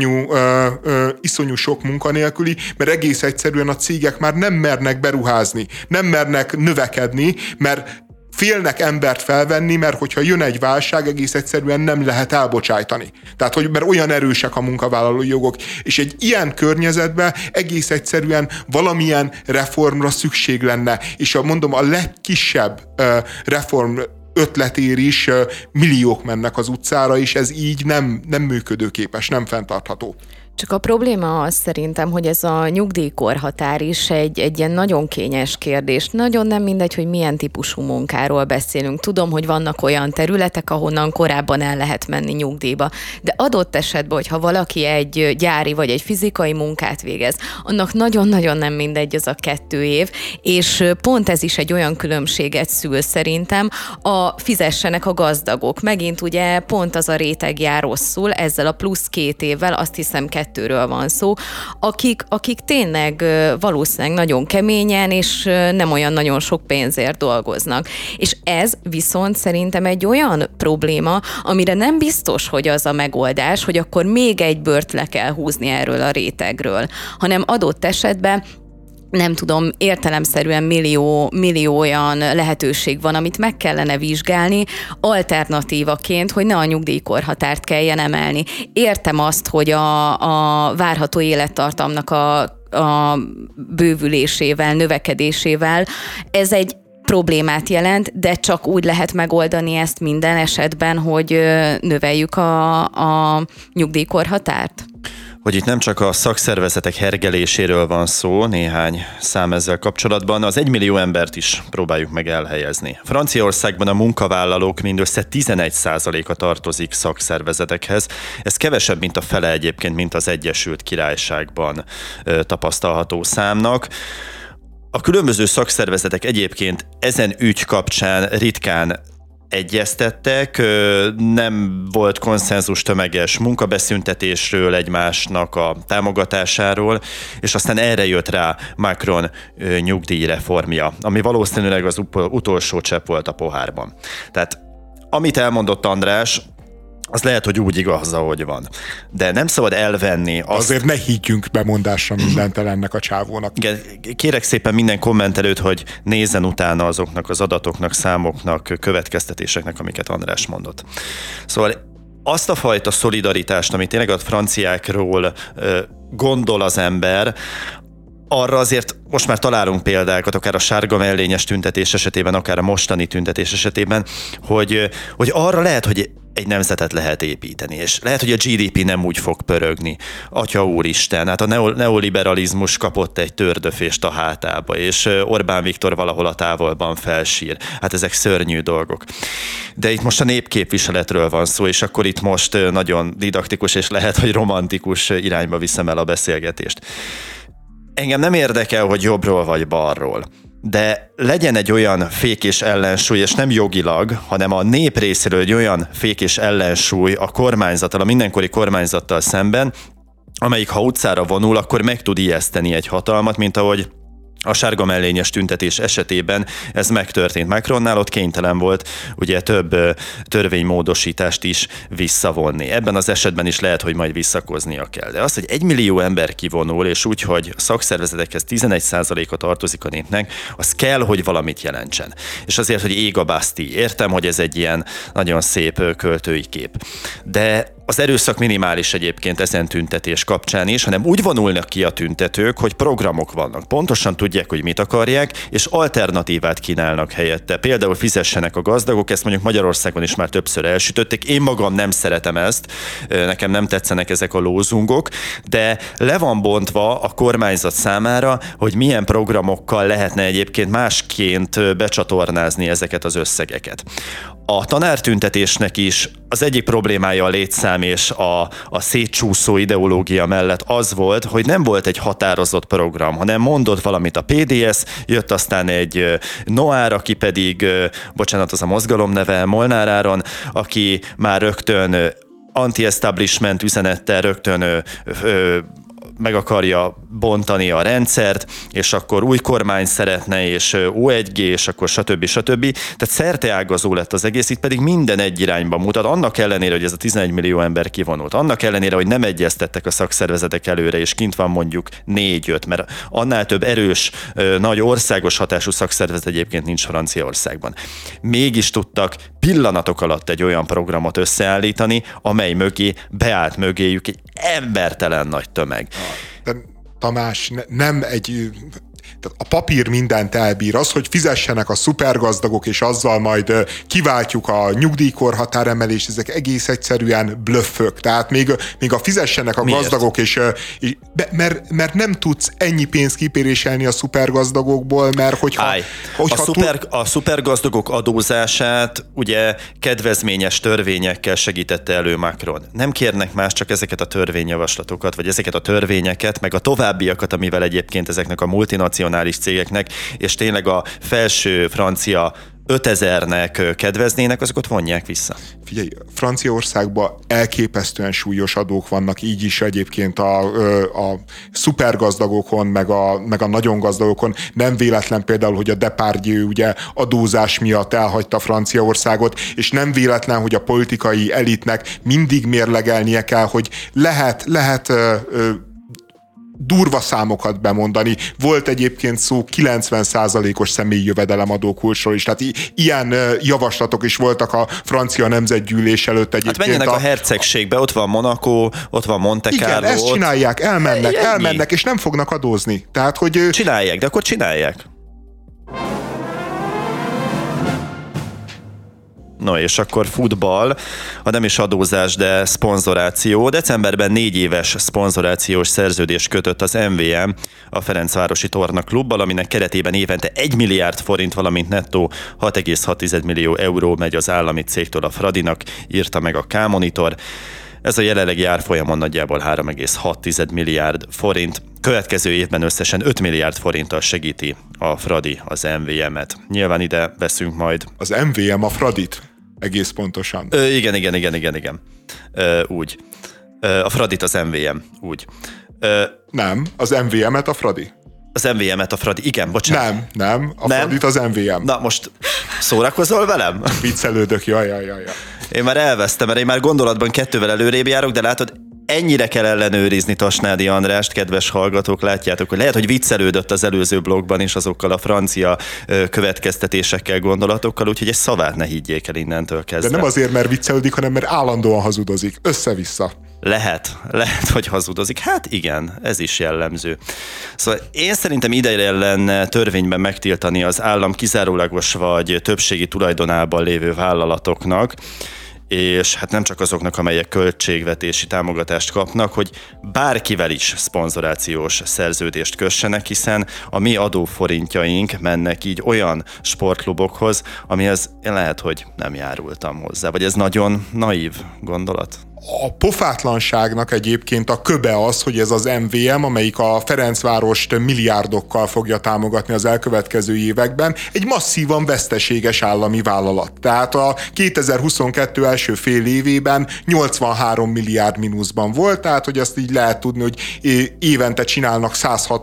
iszonyú sok munkanélküli, mert egész egyszerűen a cégek már nem mernek beruházni, nem mernek növekedni, mert félnek embert felvenni, mert hogyha jön egy válság, egész egyszerűen nem lehet elbocsájtani. Tehát, mert olyan erősek a munkavállalói jogok. És egy ilyen környezetben egész egyszerűen valamilyen reformra szükség lenne. És mondom, a legkisebb reform ötletér is milliók mennek az utcára, és ez így nem működőképes, nem fenntartható. Csak a probléma az szerintem, hogy ez a nyugdíjkorhatár is egy ilyen nagyon kényes kérdés. Nagyon nem mindegy, hogy milyen típusú munkáról beszélünk. Tudom, hogy vannak olyan területek, ahonnan korábban el lehet menni nyugdíjba. De adott esetben, hogyha valaki egy gyári vagy egy fizikai munkát végez, annak nagyon-nagyon nem mindegy az a 2 év, és pont ez is egy olyan különbséget szül szerintem, fizessenek a gazdagok. Megint ugye pont az a réteg jár rosszul, ezzel a plusz 2 évvel, azt hiszem 2-ről van szó, akik tényleg valószínűleg nagyon keményen és nem olyan nagyon sok pénzért dolgoznak. És ez viszont szerintem egy olyan probléma, amire nem biztos, hogy az a megoldás, hogy akkor még egy bört le kell húzni erről a rétegről, hanem adott esetben nem tudom, értelemszerűen millió olyan lehetőség van, amit meg kellene vizsgálni alternatívaként, hogy ne a nyugdíjkorhatárt kelljen emelni. Értem azt, hogy a várható élettartamnak a bővülésével, növekedésével ez egy problémát jelent, de csak úgy lehet megoldani ezt minden esetben, hogy növeljük a nyugdíjkorhatárt? hogy itt nem csak a szakszervezetek hergeléséről van szó, néhány szám ezzel kapcsolatban, az 1 millió embert is próbáljuk meg elhelyezni. Franciaországban a munkavállalók mindössze 11%-a tartozik szakszervezetekhez. Ez kevesebb, mint a fele egyébként, mint az Egyesült Királyságban tapasztalható számnak. A különböző szakszervezetek egyébként ezen ügy kapcsán ritkán egyeztettek, nem volt konszenzus tömeges munkabeszüntetésről, egymásnak a támogatásáról, és aztán erre jött rá Macron nyugdíjreformja, ami valószínűleg az utolsó csepp volt a pohárban. Tehát amit elmondott András, az lehet, hogy úgy igaz, ahogy van. De nem szabad elvenni azt... Azért ne higgyünk bemondásra mindent el ennek a csávónak. Kérek szépen minden kommentelőt, hogy nézzen utána azoknak az adatoknak, számoknak, következtetéseknek, amiket András mondott. Szóval azt a fajta szolidaritást, amit tényleg a franciákról gondol az ember, arra azért most már találunk példákat, akár a sárga mellényes tüntetés esetében, akár a mostani tüntetés esetében, hogy arra lehet, hogy egy nemzetet lehet építeni, és lehet, hogy a GDP nem úgy fog pörögni. Atya úristen, hát a neoliberalizmus kapott egy tördöfést a hátába, és Orbán Viktor valahol a távolban felsír. Hát ezek szörnyű dolgok. De itt most a népképviseletről van szó, és akkor itt most nagyon didaktikus, és lehet, hogy romantikus irányba viszem el a beszélgetést. Engem nem érdekel, hogy jobbról vagy balról, de legyen egy olyan fék és ellensúly, és nem jogilag, hanem a nép részéről egy olyan fék és ellensúly a kormányzattal, a mindenkori kormányzattal szemben, amelyik ha utcára vonul, akkor meg tud ijeszteni egy hatalmat, mint ahogy a sárga mellényes tüntetés esetében ez megtörtént. Macronnál ott kénytelen volt ugye több törvénymódosítást is visszavonni. Ebben az esetben is lehet, hogy majd visszakoznia kell. De az, hogy 1 millió ember kivonul, és úgy, hogy szakszervezetekhez 11%-a tartozik a népnek, az kell, hogy valamit jelentsen. És azért, hogy ég a Bastille. Értem, hogy ez egy ilyen nagyon szép költői kép. De az erőszak minimális egyébként ezen tüntetés kapcsán is, hanem úgy vonulnak ki a tüntetők, hogy programok vannak. Pontosan tudják, hogy mit akarják, és alternatívát kínálnak helyette. Például fizessenek a gazdagok, ezt mondjuk Magyarországon is már többször elsütötték. Én magam nem szeretem ezt, nekem nem tetszenek ezek a lózungok, de le van bontva a kormányzat számára, hogy milyen programokkal lehetne egyébként másként becsatornázni ezeket az összegeket. A tanártüntetésnek is az egyik problémája a létszám és a szétcsúszó ideológia mellett az volt, hogy nem volt egy határozott program, hanem mondott valamit a PDS, jött aztán egy Noár, aki pedig, bocsánat, az a mozgalom neve, Molnár Áron, aki már rögtön anti-establishment üzenettel rögtön meg akarja bontani a rendszert, és akkor új kormány szeretne, és O1G, és akkor stb. Tehát szerteágazó lett az egész, itt pedig minden egy irányba mutat, annak ellenére, hogy ez a 11 millió ember kivonult, annak ellenére, hogy nem egyeztettek a szakszervezetek előre, és kint van mondjuk 4-5, mert annál több erős, nagy országos hatású szakszervezet egyébként nincs Franciaországban. Mégis tudtak pillanatok alatt egy olyan programot összeállítani, amely mögé beállt mögéjük egy embertelen nagy tömeg. De Tamás, nem egy... A papír mindent elbír. Az, hogy fizessenek a szupergazdagok, és azzal majd kiváltjuk a nyugdíjkorhatáremelést, ezek egész egyszerűen blöffök. Tehát még a fizessenek a Miért? gazdagok, mert nem tudsz ennyi pénzt kipéréselni a szupergazdagokból, mert a szupergazdagok adózását ugye kedvezményes törvényekkel segítette elő Macron. Nem kérnek más, csak ezeket a törvényjavaslatokat, vagy ezeket a törvényeket, meg a továbbiakat, amivel egyébként ezeknek a multinacionális cégeknek, és tényleg a felső francia 5000-nek kedveznének, azokat vonják vissza. Figyelj, Franciaországban elképesztően súlyos adók vannak, így is egyébként a szupergazdagokon, meg a nagyon gazdagokon. Nem véletlen például, hogy a Depardieu ugye adózás miatt elhagyta Franciaországot, és nem véletlen, hogy a politikai elitnek mindig mérlegelnie kell, hogy lehet durva számokat bemondani. Volt egyébként szó 90%-os személyi jövedelemadókulcsról is, tehát ilyen javaslatok is voltak a francia nemzetgyűlés előtt egyébként. Hát menjenek a hercegségbe, ott van Monaco, ott van Monte Carlo. Igen, ezt csinálják, elmennek, és nem fognak adózni. Tehát, hogy... Csinálják, de akkor csinálják. No, és akkor futball, ha nem is adózás, de szponzoráció. Decemberben 4 éves szponzorációs szerződést kötött az MVM a Ferencvárosi Torna Klubbal, aminek keretében évente 1 milliárd forint, valamint nettó 6,6 millió euró megy az állami cégtől a Fradinak, írta meg a K-Monitor. Ez a jelenlegi árfolyamon nagyjából 3,6 milliárd forint. Következő évben összesen 5 milliárd forinttal segíti a Fradi az MVM-et. Nyilván ide veszünk majd. Az MVM a Fradit, egész pontosan. Igen. Úgy. A Fradit az MVM, úgy. Nem, az MVM-et a Fradi. Az MVM-et a Fradi, igen, bocsánat. Nem, Fradit az MVM. Na most szórakozol velem? Viccelődök, jaj. Én már elvesztem, mert én már gondolatban 2-vel előrébb járok, de látod, ennyire kell ellenőrizni Tasnádi Andrást, kedves hallgatók, látjátok, hogy lehet, hogy viccelődött az előző blogban is azokkal a francia következtetésekkel, gondolatokkal, úgyhogy egy szavát ne higgyék el innentől kezdve. De nem azért, mert viccelődik, hanem mert állandóan hazudozik, össze-vissza. Lehet, hogy hazudozik. Hát igen, ez is jellemző. Szóval én szerintem ideje lenne törvényben megtiltani az állam kizárólagos vagy többségi tulajdonában lévő vállalatoknak, és hát nem csak azoknak, amelyek költségvetési támogatást kapnak, hogy bárkivel is szponzorációs szerződést kössenek, hiszen a mi adóforintjaink mennek így olyan sportklubokhoz, amihez én lehet, hogy nem járultam hozzá. Vagy ez nagyon naív gondolat? A pofátlanságnak egyébként a köbe az, hogy ez az MVM, amelyik a Ferencvárost milliárdokkal fogja támogatni az elkövetkező években, egy masszívan veszteséges állami vállalat. Tehát a 2022 első fél évében 83 milliárd mínuszban volt, tehát hogy azt így lehet tudni, hogy évente csinálnak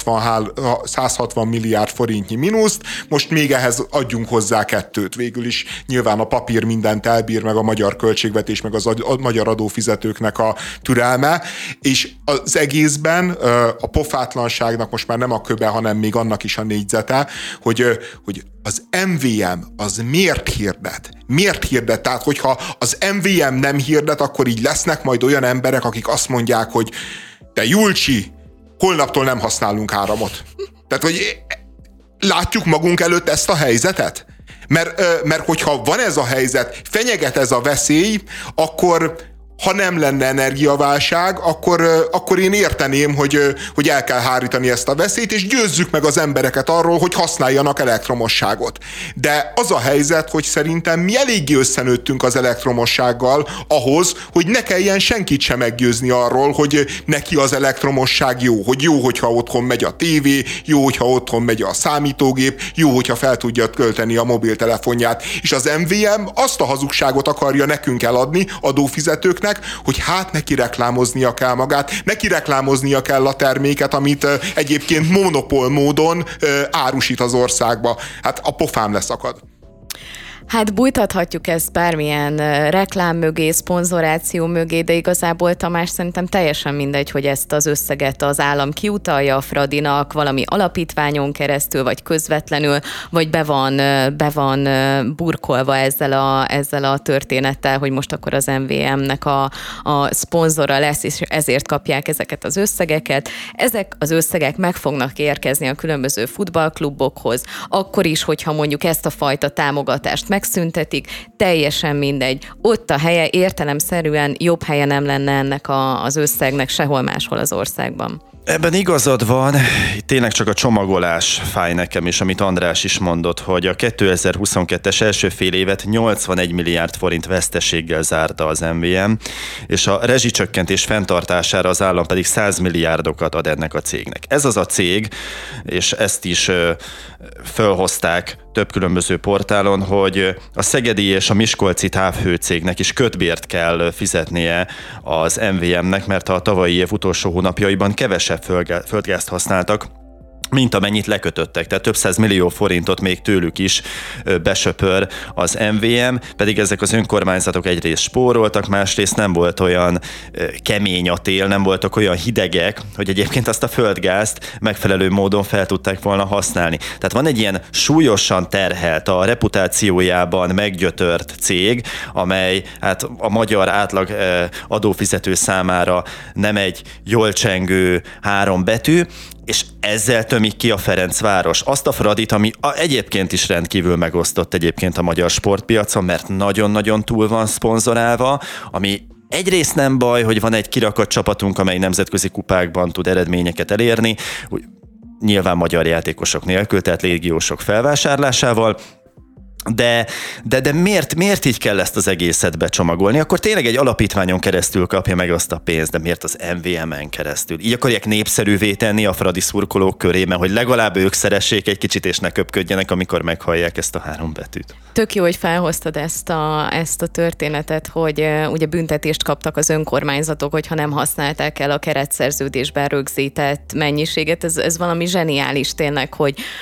160 milliárd forintnyi mínuszt, most még ehhez adjunk hozzá 2-t. Végül is nyilván a papír mindent elbír, meg a magyar költségvetés, meg a magyar adófizetőknek a türelme, és az egészben a pofátlanságnak most már nem a köbe, hanem még annak is a négyzete, hogy az MVM az miért hirdet? Miért hirdet? Tehát, hogyha az MVM nem hirdet, akkor így lesznek majd olyan emberek, akik azt mondják, hogy te Julcsi, holnaptól nem használunk áramot. Tehát, hogy látjuk magunk előtt ezt a helyzetet? Mert hogyha van ez a helyzet, fenyeget ez a veszély, akkor ha nem lenne energiaválság, akkor én érteném, hogy el kell hárítani ezt a veszélyt, és győzzük meg az embereket arról, hogy használjanak elektromosságot. De az a helyzet, hogy szerintem mi eléggé összenőttünk az elektromossággal ahhoz, hogy ne kelljen senkit sem meggyőzni arról, hogy neki az elektromosság jó, hogy jó, hogyha otthon megy a tévé, jó, hogyha otthon megy a számítógép, jó, hogyha fel tudja tölteni a mobiltelefonját. És az MVM azt a hazugságot akarja nekünk eladni, adófizetőknek, hogy hát neki reklámoznia kell magát, neki reklámoznia kell a terméket, amit egyébként monopól módon árusít az országba. Hát a pofám leszakad. Hát bújtathatjuk ezt bármilyen reklám mögé, szponzoráció mögé, de igazából, Tamás, szerintem teljesen mindegy, hogy ezt az összeget az állam kiutalja a Fradinak valami alapítványon keresztül, vagy közvetlenül, vagy be van burkolva ezzel a történettel, hogy most akkor az MVM-nek a szponzora lesz, és ezért kapják ezeket az összegeket. Ezek az összegek meg fognak érkezni a különböző futballklubokhoz, akkor is, hogyha mondjuk ezt a fajta támogatást megszüntetik, teljesen mindegy. Ott a helye, értelemszerűen jobb helye nem lenne ennek az összegnek sehol máshol az országban. Ebben igazad van, tényleg csak a csomagolás fáj nekem is, amit András is mondott, hogy a 2022-es első fél évet 81 milliárd forint veszteséggel zárta az MVM, és a rezsicsökkentés fenntartására az állam pedig 100 milliárdokat ad ennek a cégnek. Ez az a cég, és ezt is fölhozták több különböző portálon, hogy a szegedi és a miskolci távhőcégnek is kötbért kell fizetnie az MVM-nek, mert a tavalyi év utolsó hónapjaiban kevesebb földgázt használtak, mint amennyit lekötöttek. Tehát több 100 millió forintot még tőlük is besöpör az MVM, pedig ezek az önkormányzatok egyrészt spóroltak, másrészt nem volt olyan kemény a tél, nem voltak olyan hidegek, hogy egyébként azt a földgázt megfelelő módon fel tudták volna használni. Tehát van egy ilyen súlyosan terhelt, a reputációjában meggyötört cég, amely hát a magyar átlag adófizető számára nem egy jól csengő 3 betű, és ezzel tömik ki a Ferencváros azt a Fradit, ami egyébként is rendkívül megosztott egyébként a magyar sportpiacon, mert nagyon-nagyon túl van szponzorálva, ami egyrészt nem baj, hogy van egy kirakott csapatunk, amely nemzetközi kupákban tud eredményeket elérni, nyilván magyar játékosok nélkül, tehát légiósok felvásárlásával, de miért így kell ezt az egészet becsomagolni? Akkor tényleg egy alapítványon keresztül kapja meg azt a pénzt, de miért az MVM-en keresztül? Így akarják népszerűvé tenni a fradi szurkolók körében, hogy legalább ők szeressék egy kicsit, és ne köpködjenek, amikor meghallják ezt a 3 betűt. Tök jó, hogy felhoztad ezt a történetet, hogy ugye büntetést kaptak az önkormányzatok, hogyha nem használták el a keretszerződésben rögzített mennyiséget. Ez valami zseniális tényleg,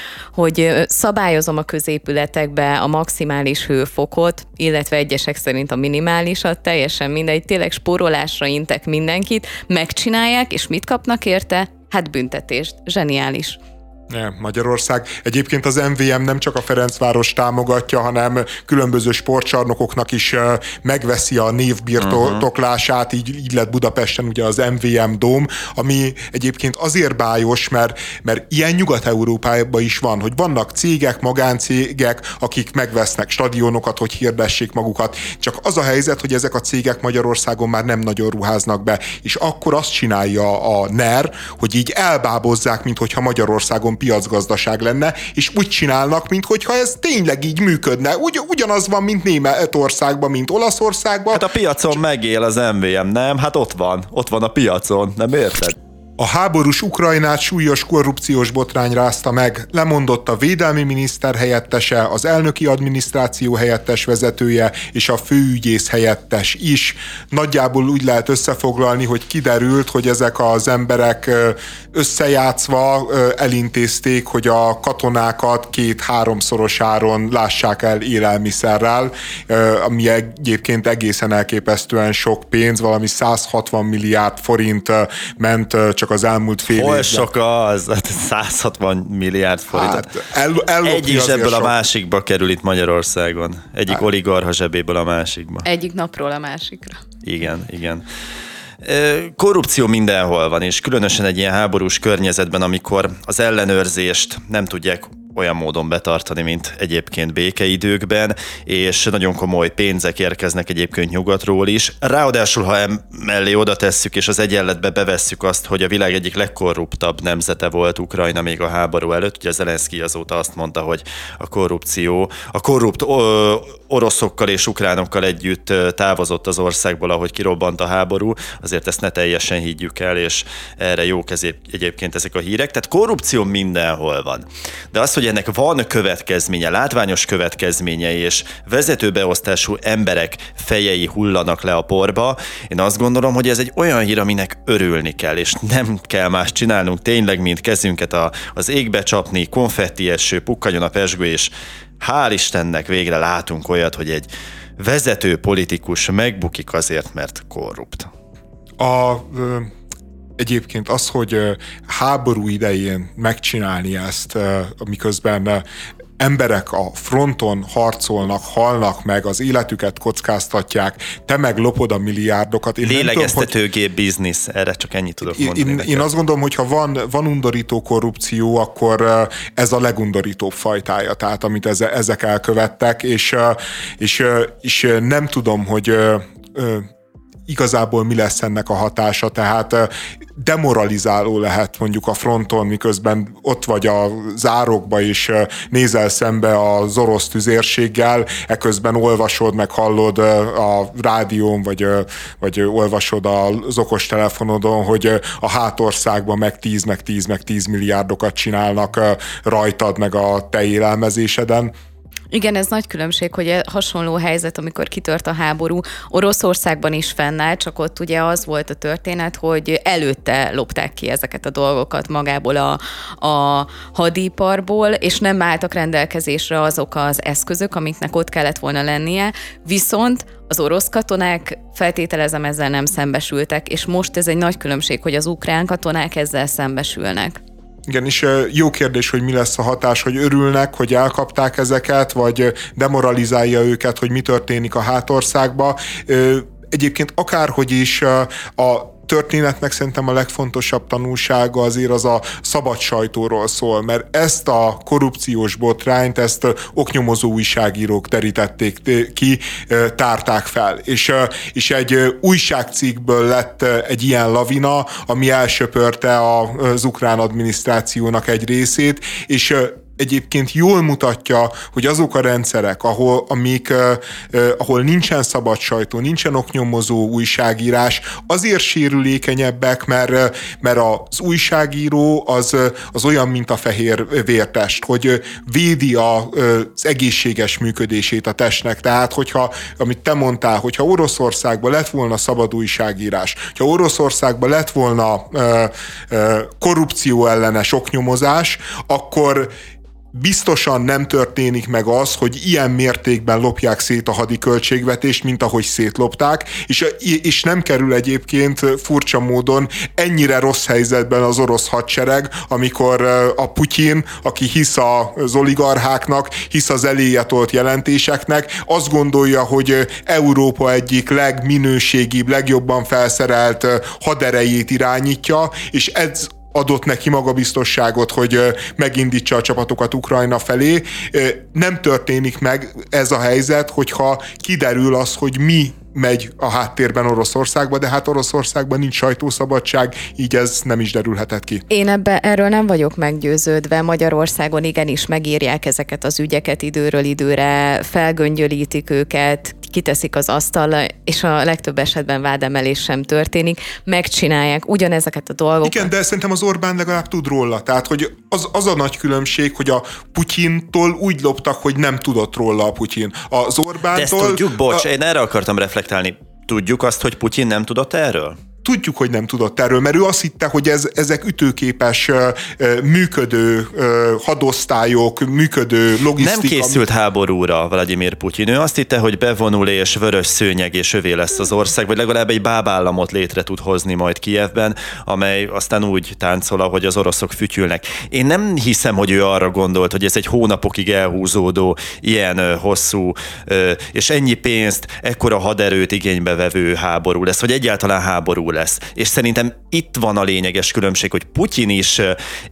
hogy szabályozom a középületekbe a maximális hőfokot, illetve egyesek szerint a minimálisat, teljesen mindegy, tényleg spórolásra intek mindenkit, megcsinálják, és mit kapnak érte? Hát büntetést. Zseniális. Magyarország. Egyébként az MVM nem csak a Ferencváros támogatja, hanem különböző sportcsarnokoknak is megveszi a névbirtoklását, így lett Budapesten ugye az MVM Dóm, ami egyébként azért bájos, mert ilyen Nyugat-Európában is van, hogy vannak cégek, magáncégek, akik megvesznek stadionokat, hogy hirdessék magukat. Csak az a helyzet, hogy ezek a cégek Magyarországon már nem nagyon ruháznak be, és akkor azt csinálja a NER, hogy így elbábozzák, minthogyha Magyarországon piacgazdaság lenne, és úgy csinálnak, minthogyha ez tényleg így működne. Ugyanaz van, mint Németországban, mint Olaszországban. Hát a piacon megél az MVM, nem? Hát ott van a piacon, nem érted? A háborús Ukrajnát súlyos korrupciós botrány rázta meg, lemondott a védelmi miniszter helyettese, az elnöki adminisztráció helyettes vezetője és a főügyész helyettes is. Nagyjából úgy lehet összefoglalni, hogy kiderült, hogy ezek az emberek összejátszva elintézték, hogy a katonákat 2-3-szoros áron lássák el élelmiszerrel, ami egyébként egészen elképesztően sok pénz, valami 160 milliárd forint ment csak az elmúlt fél évben. Hol sok az? 160 milliárd forint. Hát, egy is ebből a másikba kerül itt Magyarországon. Egyik oligarcha zsebéből a másikba. Egyik napról a másikra. Igen. Korrupció mindenhol van, és különösen egy ilyen háborús környezetben, amikor az ellenőrzést nem tudják olyan módon betartani, mint egyébként békeidőkben, és nagyon komoly pénzek érkeznek egyébként nyugatról is. Ráadásul, ha mellé oda tesszük, és az egyenletbe bevesszük azt, hogy a világ egyik legkorruptabb nemzete volt Ukrajna még a háború előtt, ugye Zelenszkij azóta azt mondta, hogy a korrupt oroszokkal és ukránokkal együtt távozott az országból, ahogy kirobbant a háború, azért ezt ne teljesen higgyük el, és erre jók egyébként ezek a hírek. Tehát korrupció mindenhol van. De az, hogy ennek van következménye, látványos következménye, és vezetőbeosztású emberek fejei hullanak le a porba, én azt gondolom, hogy ez egy olyan hír, aminek örülni kell, és nem kell más csinálnunk tényleg, mint kezünket az égbe csapni, konfetti eső, pukkanjon a pezsgő, és hál' Istennek végre látunk olyat, hogy egy vezető politikus megbukik azért, mert korrupt. Egyébként az, hogy háború idején megcsinálni ezt, miközben emberek a fronton harcolnak, halnak meg, az életüket kockáztatják, te meg lopod a milliárdokat. Lélegeztetőgép biznisz, erre csak ennyit tudok mondani. Én azt gondolom, hogy ha van undorító korrupció, akkor ez a legundorítóbb fajtája, tehát amit ezek elkövettek, és nem tudom, hogy igazából mi lesz ennek a hatása, tehát demoralizáló lehet mondjuk a fronton, miközben ott vagy a zárokba és nézel szembe az orosz tüzérséggel, eközben olvasod, meg hallod a rádión, vagy olvasod az okostelefonodon, hogy a hátországban meg 10 milliárdokat csinálnak rajtad, meg a te élelmezéseden. Igen, ez nagy különbség, hogy hasonló helyzet, amikor kitört a háború, Oroszországban is fennáll, csak ott ugye az volt a történet, hogy előtte lopták ki ezeket a dolgokat magából a hadiparból, és nem álltak rendelkezésre azok az eszközök, amiknek ott kellett volna lennie, viszont az orosz katonák, feltételezem, ezzel nem szembesültek, és most ez egy nagy különbség, hogy az ukrán katonák ezzel szembesülnek. Igen, és jó kérdés, hogy mi lesz a hatás, hogy örülnek, hogy elkapták ezeket, vagy demoralizálja őket, hogy mi történik a hátországba. Egyébként akárhogy is történetnek szerintem a legfontosabb tanulsága azért az a szabad sajtóról szól, mert ezt a korrupciós botrányt, ezt oknyomozó újságírók terítették ki, tárták fel. És egy újságcikkből lett egy ilyen lavina, ami elsöpörte az ukrán adminisztrációnak egy részét, és egyébként jól mutatja, hogy azok a rendszerek, ahol nincsen szabad sajtó, nincsen oknyomozó újságírás, azért sérülékenyebbek, mert az újságíró az olyan, mint a fehér vértest, hogy védi az egészséges működését a testnek. Tehát, amit te mondtál, hogyha Oroszországban lett volna szabad újságírás, hogyha Oroszországban lett volna korrupció ellenes oknyomozás, akkor biztosan nem történik meg az, hogy ilyen mértékben lopják szét a hadi költségvetést, mint ahogy szétlopták, és nem kerül egyébként furcsa módon ennyire rossz helyzetben az orosz hadsereg, amikor a Putyin, aki hisz az oligarcháknak, hisz az eléje tolt jelentéseknek, azt gondolja, hogy Európa egyik legminőségibb, legjobban felszerelt haderejét irányítja, és ez adott neki magabiztosságot, hogy megindítsa a csapatokat Ukrajna felé. Nem történik meg ez a helyzet, hogyha kiderül az, hogy mi megy a háttérben Oroszországba, de hát Oroszországban nincs sajtószabadság, így ez nem is derülhetett ki. Én erről nem vagyok meggyőződve. Magyarországon igenis megírják ezeket az ügyeket időről időre, felgöngyölítik őket, kiteszik az asztalra, és a legtöbb esetben vádemelés sem történik, megcsinálják ugyanezeket a dolgokat. Igen, de szerintem az Orbán legalább tud róla. Tehát, hogy az a nagy különbség, hogy a Putyintól úgy loptak, hogy nem tudott róla a Putyin. Az Orbántól... De ezt tudjuk, bocs, én erre akartam reflektálni. Tudjuk azt, hogy Putyin nem tudott erről? Tudjuk, hogy nem tudott erről, mert ő azt hitte, hogy ezek ütőképes, működő hadosztályok, működő logisztika. Nem készült háborúra Vladimir Putyin. Ő azt hitte, hogy bevonul és vörös szőnyeg és övé lesz az ország, vagy legalább egy bábállamot létre tud hozni majd Kijevben, amely aztán úgy táncol, ahogy az oroszok fütyülnek. Én nem hiszem, hogy ő arra gondolt, hogy ez egy hónapokig elhúzódó, ilyen hosszú és ennyi pénzt, ekkora haderőt igénybe vevő háború lesz, vagy egyáltalán háború lesz. És szerintem itt van a lényeges különbség, hogy Putyin is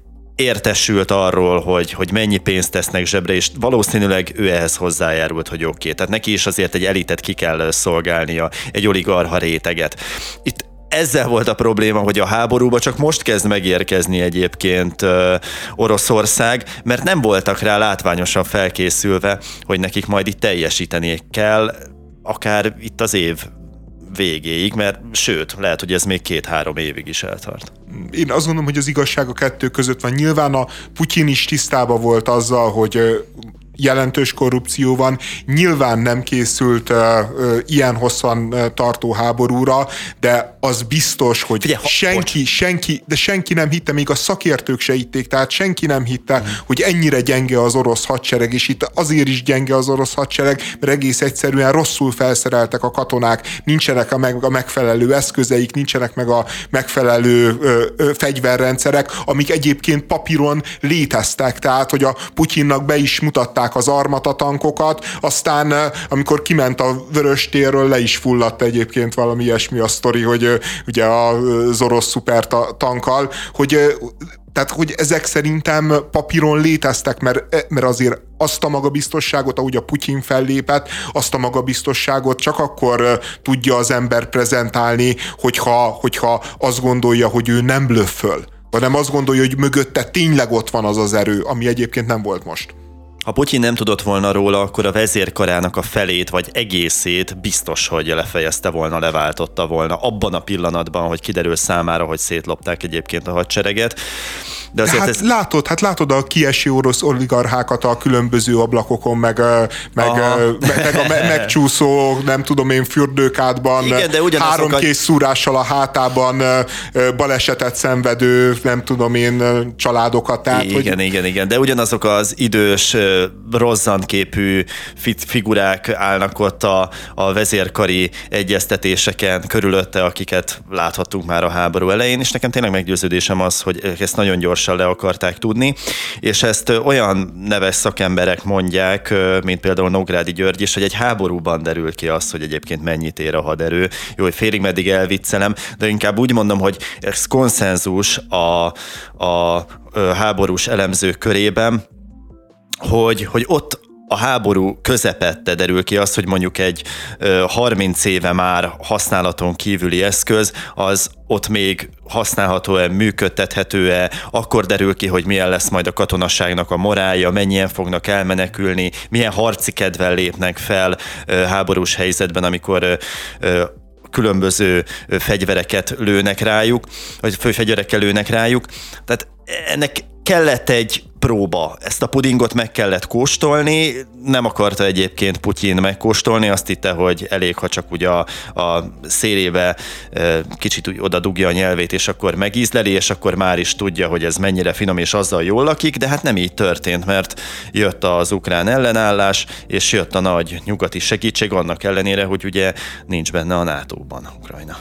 értesült arról, hogy mennyi pénzt tesznek zsebre, és valószínűleg ő ehhez hozzájárult, hogy oké. Tehát neki is azért egy elitet ki kell szolgálnia, egy oligarcha réteget. Itt ezzel volt a probléma, hogy a háborúba csak most kezd megérkezni egyébként Oroszország, mert nem voltak rá látványosan felkészülve, hogy nekik majd itt teljesíteni kell, akár itt az év végéig, mert sőt, lehet, hogy ez még 2-3 évig is eltart. Én azt gondolom, hogy az igazság a kettő között van. Nyilván a Putyin is tisztában volt azzal, hogy jelentős korrupció van. Nyilván nem készült ilyen hosszan tartó háborúra, de az biztos, hogy figyelj, senki nem hitte, még a szakértők se hitték, tehát senki nem hitte, hogy ennyire gyenge az orosz hadsereg, és itt azért is gyenge az orosz hadsereg, mert egész egyszerűen rosszul felszereltek a katonák, nincsenek a megfelelő eszközeik, nincsenek meg a megfelelő fegyverrendszerek, amik egyébként papíron léteztek, tehát, hogy a Putyinnak be is mutatták az armatatankokat, aztán amikor kiment a Vöröstérről, le is fulladt egyébként valami ilyesmi a sztori, hogy ugye az orosz szupertankkal, tehát, hogy ezek szerintem papíron léteztek, mert azért azt a magabiztosságot, ahogy a Putyin fellépett, azt a magabiztosságot csak akkor tudja az ember prezentálni, hogyha azt gondolja, hogy ő nem blöfföl, hanem azt gondolja, hogy mögötte tényleg ott van az az erő, ami egyébként nem volt most. Ha Putyin nem tudott volna róla, akkor a vezérkarának a felét vagy egészét biztos, hogy lefejezte volna, leváltotta volna abban a pillanatban, hogy kiderül számára, hogy szétlopták egyébként a hadsereget. De azért látod a kieső orosz oligarchákat a különböző ablakokon, meg a megcsúszó, nem tudom én, fürdőkádban, igen, 3 kész szúrással a hátában balesetet szenvedő, nem tudom én, családokat. Tehát, igen, de ugyanazok az idős, rozzant képű figurák állnak ott a vezérkari egyeztetéseken körülötte, akiket láthattunk már a háború elején, és nekem tényleg meggyőződésem az, hogy ezt nagyon gyorsan pontosan le akarták tudni, és ezt olyan neves szakemberek mondják, mint például Nógrádi György is, hogy egy háborúban derül ki az, hogy egyébként mennyit ér a haderő. Jó, hogy félig meddig elviccelem, de inkább úgy mondom, hogy ez konszenzus a háborús elemzők körében, hogy ott a háború közepette derül ki az, hogy mondjuk egy 30 éve már használaton kívüli eszköz, az ott még használható-e, működtethető-e, akkor derül ki, hogy milyen lesz majd a katonasságnak a morálja, mennyien fognak elmenekülni, milyen harci kedvel lépnek fel háborús helyzetben, amikor különböző fegyvereket lőnek rájuk, vagy fegyverekkel lőnek rájuk. Tehát ennek kellett egy próba. Ezt a pudingot meg kellett kóstolni, nem akarta egyébként Putyin megkóstolni, azt hitte, hogy elég, ha csak ugye a szélébe kicsit úgy oda dugja a nyelvét, és akkor megízleli, és akkor már is tudja, hogy ez mennyire finom, és azzal jól lakik, de hát nem így történt, mert jött az ukrán ellenállás, és jött a nagy nyugati segítség, annak ellenére, hogy ugye nincs benne a NATO-ban Ukrajna.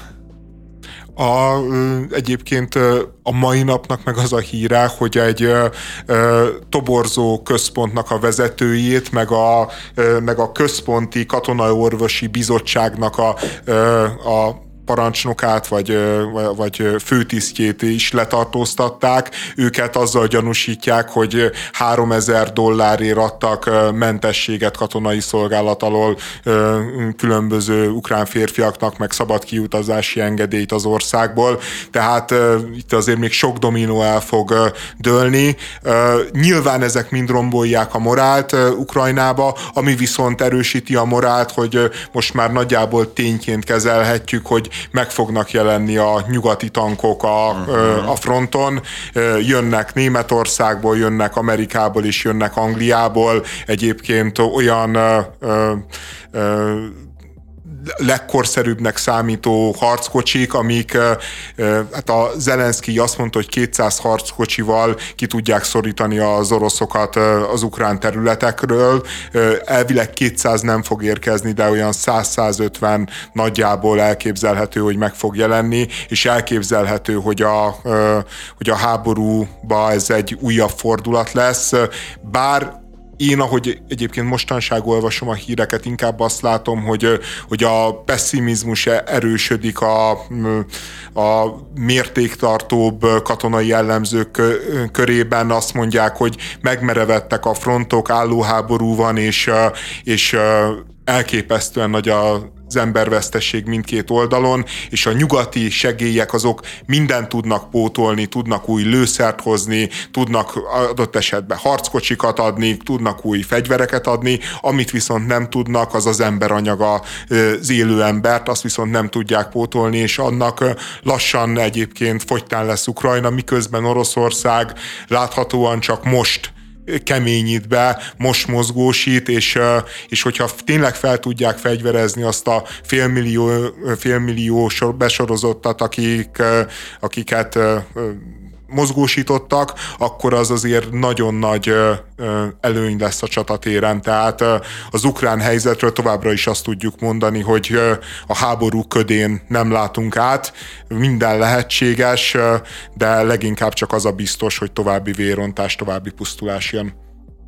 Egyébként a mai napnak meg az a híre, hogy egy toborzó központnak a vezetőjét, meg a központi katonaorvosi bizottságnak a parancsnokát, vagy főtisztjét is letartóztatták. Őket azzal gyanúsítják, hogy $3000 adtak mentességet katonai szolgálat alól különböző ukrán férfiaknak, meg szabad kiutazási engedélyt az országból. Tehát itt azért még sok dominó el fog dőlni. Nyilván ezek mind rombolják a morált Ukrajnába, ami viszont erősíti a morált, hogy most már nagyjából tényként kezelhetjük, hogy meg fognak jelenni a nyugati tankok a fronton. Jönnek Németországból, jönnek Amerikából is, jönnek Angliából. Egyébként olyan legkorszerűbbnek számító harckocsik, amik, hát a Zelenszkij azt mondta, hogy 200 harckocsival ki tudják szorítani az oroszokat az ukrán területekről. Elvileg 200 nem fog érkezni, de olyan 100-150 nagyjából elképzelhető, hogy meg fog jelenni, és elképzelhető, hogy a háborúba ez egy újabb fordulat lesz, bár én, ahogy egyébként mostanság olvasom a híreket, inkább azt látom, hogy a pessimizmus erősödik a mértéktartóbb katonai jellemzők körében. Azt mondják, hogy megmerevedtek a frontok, állóháború van, és elképesztően nagy az embervesztesség mindkét oldalon, és a nyugati segélyek azok mindent tudnak pótolni, tudnak új lőszert hozni, tudnak adott esetben harckocsikat adni, tudnak új fegyvereket adni, amit viszont nem tudnak, az az emberanyaga, az élő embert, azt viszont nem tudják pótolni, és annak lassan egyébként fogytán lesz Ukrajna, miközben Oroszország láthatóan csak most keményít be, most mozgósít, és hogyha tényleg fel tudják fegyverezni azt a félmillió besorozottat, akiket mozgósítottak, akkor az azért nagyon nagy előny lesz a csatatéren. Tehát az ukrán helyzetről továbbra is azt tudjuk mondani, hogy a háború ködén nem látunk át, minden lehetséges, de leginkább csak az a biztos, hogy további vérontás, további pusztulás jön.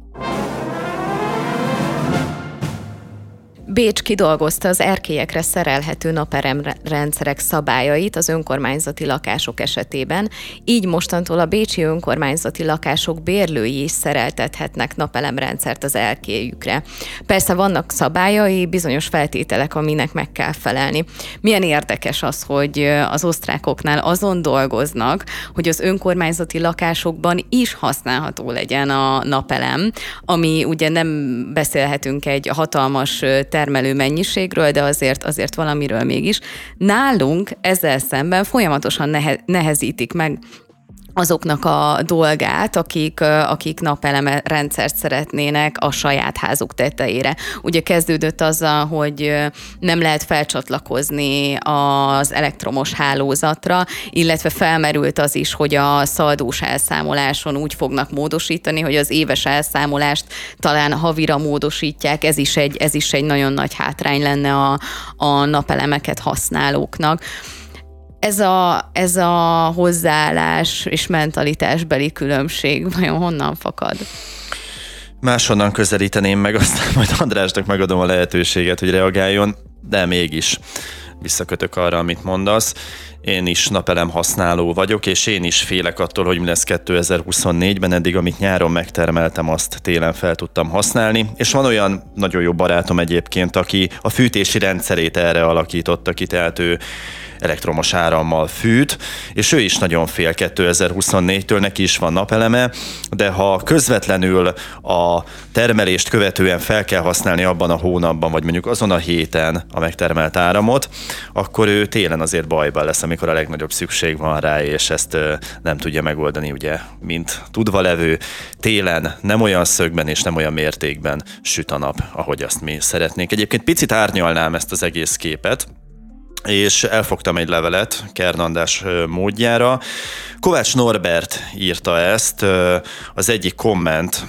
Bécs kidolgozta az erkélyekre szerelhető napelemrendszerek szabályait az önkormányzati lakások esetében, így mostantól a bécsi önkormányzati lakások bérlői is szereltethetnek napelemrendszert az erkélyükre. Persze vannak szabályai, bizonyos feltételek, aminek meg kell felelni. Milyen érdekes az, hogy az osztrákoknál azon dolgoznak, hogy az önkormányzati lakásokban is használható legyen a napelem, ami ugye nem beszélhetünk egy hatalmas termelő mennyiségről, de azért valamiről mégis. Nálunk ezzel szemben folyamatosan nehezítik meg azoknak a dolgát, akik napelem rendszert szeretnének a saját házuk tetejére. Ugye kezdődött azzal, hogy nem lehet felcsatlakozni az elektromos hálózatra, illetve felmerült az is, hogy a szaldós elszámoláson úgy fognak módosítani, hogy az éves elszámolást talán havira módosítják. Ez is egy nagyon nagy hátrány lenne a napelemeket használóknak. ez a hozzáállás és mentalitásbeli különbség vajon honnan fakad? Máshonnan közelíteném meg, aztán majd Andrásnak megadom a lehetőséget, hogy reagáljon, de mégis visszakötök arra, amit mondasz. Én is napelem használó vagyok, és én is félek attól, hogy mi lesz 2024-ben, eddig amit nyáron megtermeltem, azt télen fel tudtam használni, és van olyan nagyon jó barátom egyébként, aki a fűtési rendszerét erre alakította ki, tehát ő elektromos árammal fűt, és ő is nagyon fél 2024-től, neki is van napeleme, de ha közvetlenül a termelést követően fel kell használni abban a hónapban, vagy mondjuk azon a héten a megtermelt áramot, akkor ő télen azért bajban lesz, amikor a legnagyobb szükség van rá, és ezt nem tudja megoldani, ugye, mint tudva levő. Télen nem olyan szögben és nem olyan mértékben süt a nap, ahogy azt mi szeretnénk. Egyébként picit árnyalnám ezt az egész képet, és elfogtam egy levelet Kern András módjára. Kovács Norbert írta ezt, az egyik komment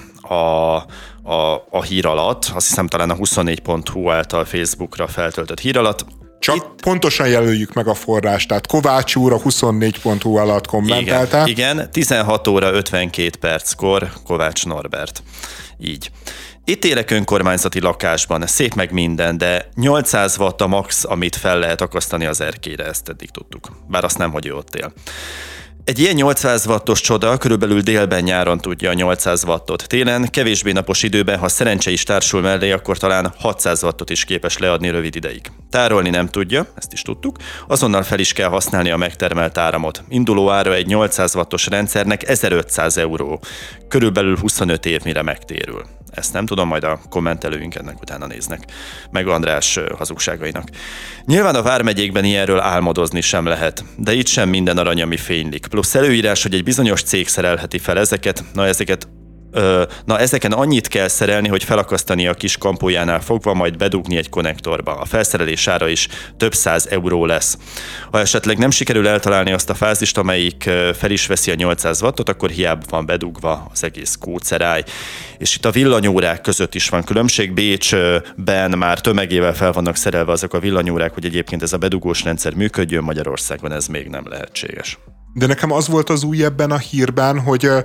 a hír alatt, azt hiszem talán a 24.hu által Facebookra feltöltött hír alatt. Csak pontosan jelöljük meg a forrást, tehát Kovács úr a 24.hu alatt kommentelte. Igen, 16 óra 52 perckor Kovács Norbert. Így. Itt élek önkormányzati lakásban, szép meg minden, de 800 watt a max, amit fel lehet akasztani az erkélyre, ezt eddig tudtuk. Bár azt nem, hogy ő ott él. Egy ilyen 800 wattos csoda körülbelül délben nyáron tudja a 800 wattot. Télen, kevésbé napos időben, ha szerencse is társul mellé, akkor talán 600 wattot is képes leadni rövid ideig. Tárolni nem tudja, ezt is tudtuk, azonnal fel is kell használni a megtermelt áramot. Induló ára egy 800 wattos rendszernek 1500 euró. Körülbelül 25 év, mire megtérül. Ezt nem tudom, majd a kommentelőink ennek utána néznek meg András hazugságainak. Nyilván a vármegyékben ilyenről álmodozni sem lehet, de itt sem minden arany, ami fénylik. Plusz előírás, hogy egy bizonyos cég szerelheti fel ezeket, ezeken annyit kell szerelni, hogy felakasztani a kis kampójánál fogva, majd bedugni egy konnektorba. A felszerelés ára is több 100 euró lesz. Ha esetleg nem sikerül eltalálni azt a fázist, amelyik fel is veszi a 800 wattot, akkor hiába van bedugva az egész kóceráj. És itt a villanyórák között is van különbség. Bécsben már tömegével fel vannak szerelve azok a villanyórák, hogy egyébként ez a bedugós rendszer működjön, Magyarországon ez még nem lehetséges. De nekem az volt az új ebben a hírben,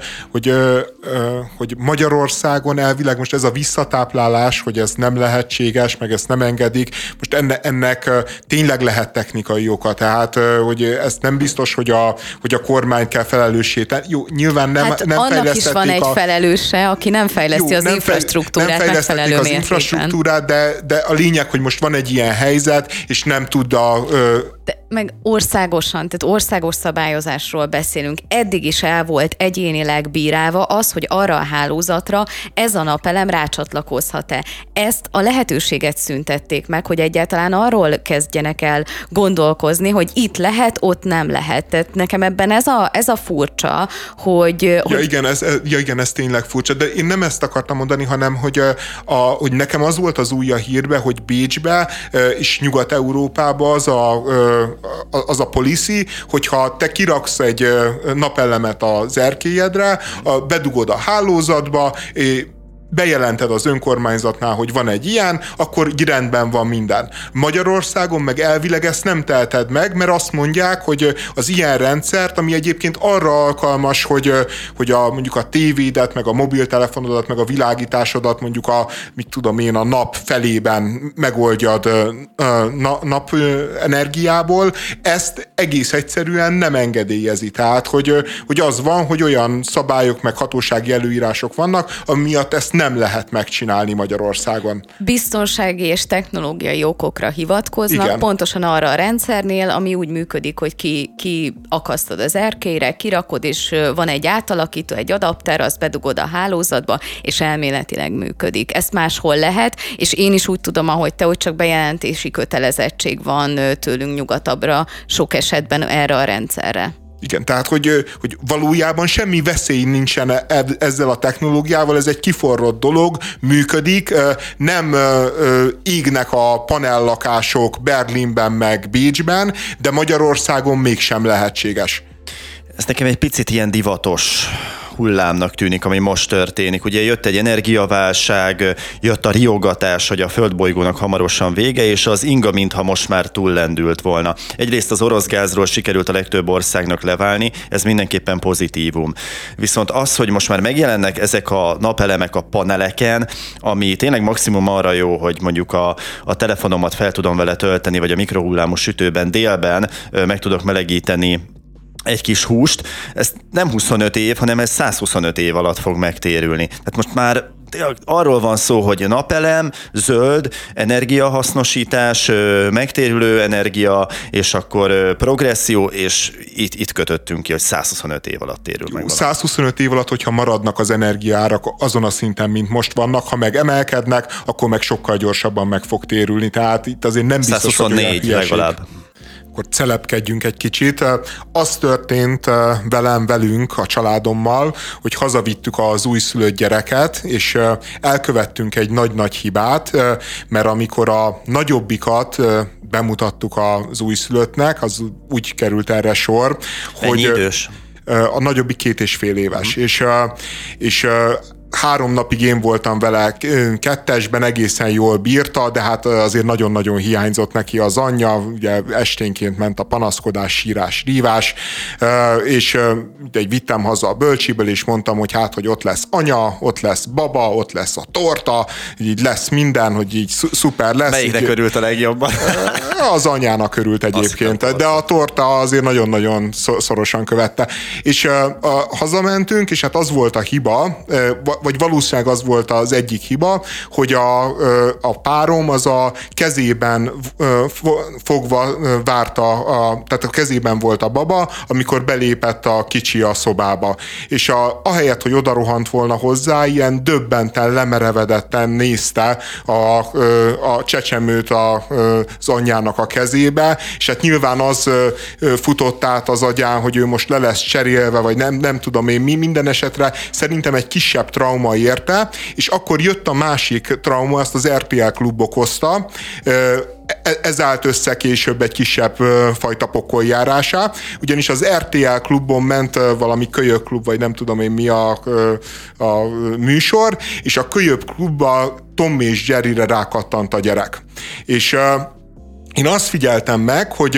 hogy Magyarországon elvileg most ez a visszatáplálás, hogy ez nem lehetséges, meg ezt nem engedik, most ennek tényleg lehet technikai oka, tehát hogy ezt nem biztos, hogy a kormány kell felelősségét. Jó, nyilván nem annak is van egy felelőse, aki nem fejleszti az infrastruktúrát megfelelő mértékben. Infrastruktúrát, de a lényeg, hogy most van egy ilyen helyzet, és nem tud de meg országosan, tehát országos szabályozásról beszélünk. Eddig is el volt egyénileg bírálva az, hogy arra a hálózatra ez a napelem rácsatlakozhat-e. Ezt a lehetőséget szüntették meg, hogy egyáltalán arról kezdjenek el gondolkozni, hogy itt lehet, ott nem lehet. Tehát nekem ebben ez a furcsa, hogy... Igen, ez tényleg furcsa, de én nem ezt akartam mondani, hanem hogy nekem az volt az új a hírbe, hogy Bécsbe és Nyugat-Európában az a policy, hogyha te kiraksz egy napelemet az erkélyedre, bedugod a hálózatba, bejelented az önkormányzatnál, hogy van egy ilyen, akkor rendben van minden. Magyarországon meg elvileg ezt nem teheted meg, mert azt mondják, hogy az ilyen rendszert, ami egyébként arra alkalmas, hogy mondjuk a tévédet, meg a mobiltelefonodat, meg a világításodat mondjuk a nap felében megoldjad napenergiából, ezt egész egyszerűen nem engedélyezi. Tehát, hogy az van, hogy olyan szabályok, meg hatósági előírások vannak, ami miatt ezt nem lehet megcsinálni Magyarországon. Biztonsági és technológiai okokra hivatkoznak, igen. Pontosan arra a rendszernél, ami úgy működik, hogy ki akasztod az erkélyre, kirakod, és van egy átalakító, egy adapter, azt bedugod a hálózatba, és elméletileg működik. Ezt máshol lehet, és én is úgy tudom, ahogy te, hogy csak bejelentési kötelezettség van tőlünk nyugatabbra sok esetben erre a rendszerre. Igen, tehát, hogy valójában semmi veszély nincsen ezzel a technológiával, ez egy kiforrott dolog, működik, nem égnek a panellakások Berlinben meg Bécsben, de Magyarországon mégsem lehetséges. Ez nekem egy picit ilyen divatos hullámnak tűnik, ami most történik. Ugye jött egy energiaválság, jött a riogatás, hogy a földbolygónak hamarosan vége, és az inga mintha most már túllendült volna. Egyrészt az orosz gázról sikerült a legtöbb országnak leválni, ez mindenképpen pozitívum. Viszont az, hogy most már megjelennek ezek a napelemek a paneleken, ami tényleg maximum arra jó, hogy mondjuk a telefonomat fel tudom vele tölteni, vagy a mikrohullámos sütőben délben meg tudok melegíteni egy kis húst, ez nem 25 év, hanem ez 125 év alatt fog megtérülni. Tehát most már arról van szó, hogy napelem, zöld, energiahasznosítás, megtérülő energia, és akkor progresszió, és itt kötöttünk ki, hogy 125 év alatt térül meg. 125 év alatt, hogyha maradnak az energiaárak azon a szinten, mint most vannak, ha meg emelkednek, akkor meg sokkal gyorsabban meg fog térülni. Tehát itt azért nem biztos, 124 legalább. Akkor celepkedjünk egy kicsit. Az történt velünk, a családommal, hogy hazavittük az újszülött gyereket, és elkövettünk egy nagy-nagy hibát, mert amikor a nagyobbikat bemutattuk az újszülöttnek, az úgy került erre sor, hogy... idős? A nagyobbik 2,5 éves, és 3 napig én voltam vele 2-esben, egészen jól bírta, de hát azért nagyon-nagyon hiányzott neki az anyja, ugye esténként ment a panaszkodás, sírás, rívás, és vittem haza a bölcsiből, és mondtam, hogy hát, hogy ott lesz anya, ott lesz baba, ott lesz a torta, így lesz minden, hogy így szuper lesz. Melyiknek örült a legjobban? Az anyának örült egyébként, de a torta azért nagyon-nagyon szorosan követte. És hazamentünk, és hát az volt a hiba, vagy valószínűleg az volt az egyik hiba, hogy a párom az a kezében fogva várta, tehát a kezében volt a baba, amikor belépett a kicsi a szobába. És ahelyett, hogy odarohant volna hozzá, ilyen döbbenten, lemerevedetten nézte a csecsemőt az anyjának a kezébe, és hát nyilván az futott át az agyán, hogy ő most le lesz cserélve, vagy nem tudom én mi, minden esetre szerintem egy kisebb trauma érte, és akkor jött a másik trauma, ezt az RTL Klub okozta, ez állt össze később egy kisebb fajta pokoljárásá, ugyanis az RTL Klubon ment valami kölyökklub, vagy nem tudom én mi a műsor, és a kölyökklubban Tom és Jerryre rákattant a gyerek. És én azt figyeltem meg, hogy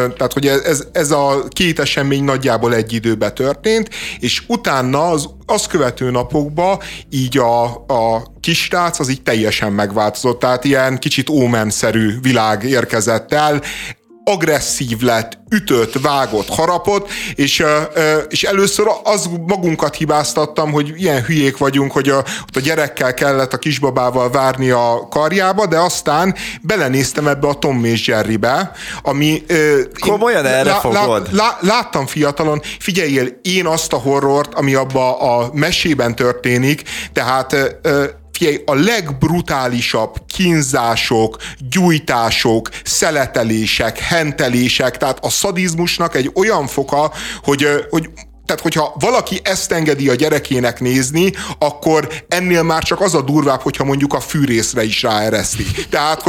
ez a 2 esemény nagyjából egy időben történt, és utána az követő napokban így a kisrác az így teljesen megváltozott, tehát ilyen kicsit ómenszerű világ érkezett el, agresszív lett, ütött, vágott, harapott, és először magunkat hibáztattam, hogy ilyen hülyék vagyunk, hogy ott a gyerekkel kellett a kisbabával várni a karjába, de aztán belenéztem ebbe a Tom és Jerrybe, ami... Komolyan erre fogod? Láttam fiatalon, figyeljél, én azt a horrort, ami abban a mesében történik, tehát... a legbrutálisabb kínzások, gyújtások, szeletelések, hentelések, tehát a szadizmusnak egy olyan foka, tehát, hogyha valaki ezt engedi a gyerekének nézni, akkor ennél már csak az a durvább, hogyha mondjuk a fűrészre is ráereszti. Tehát,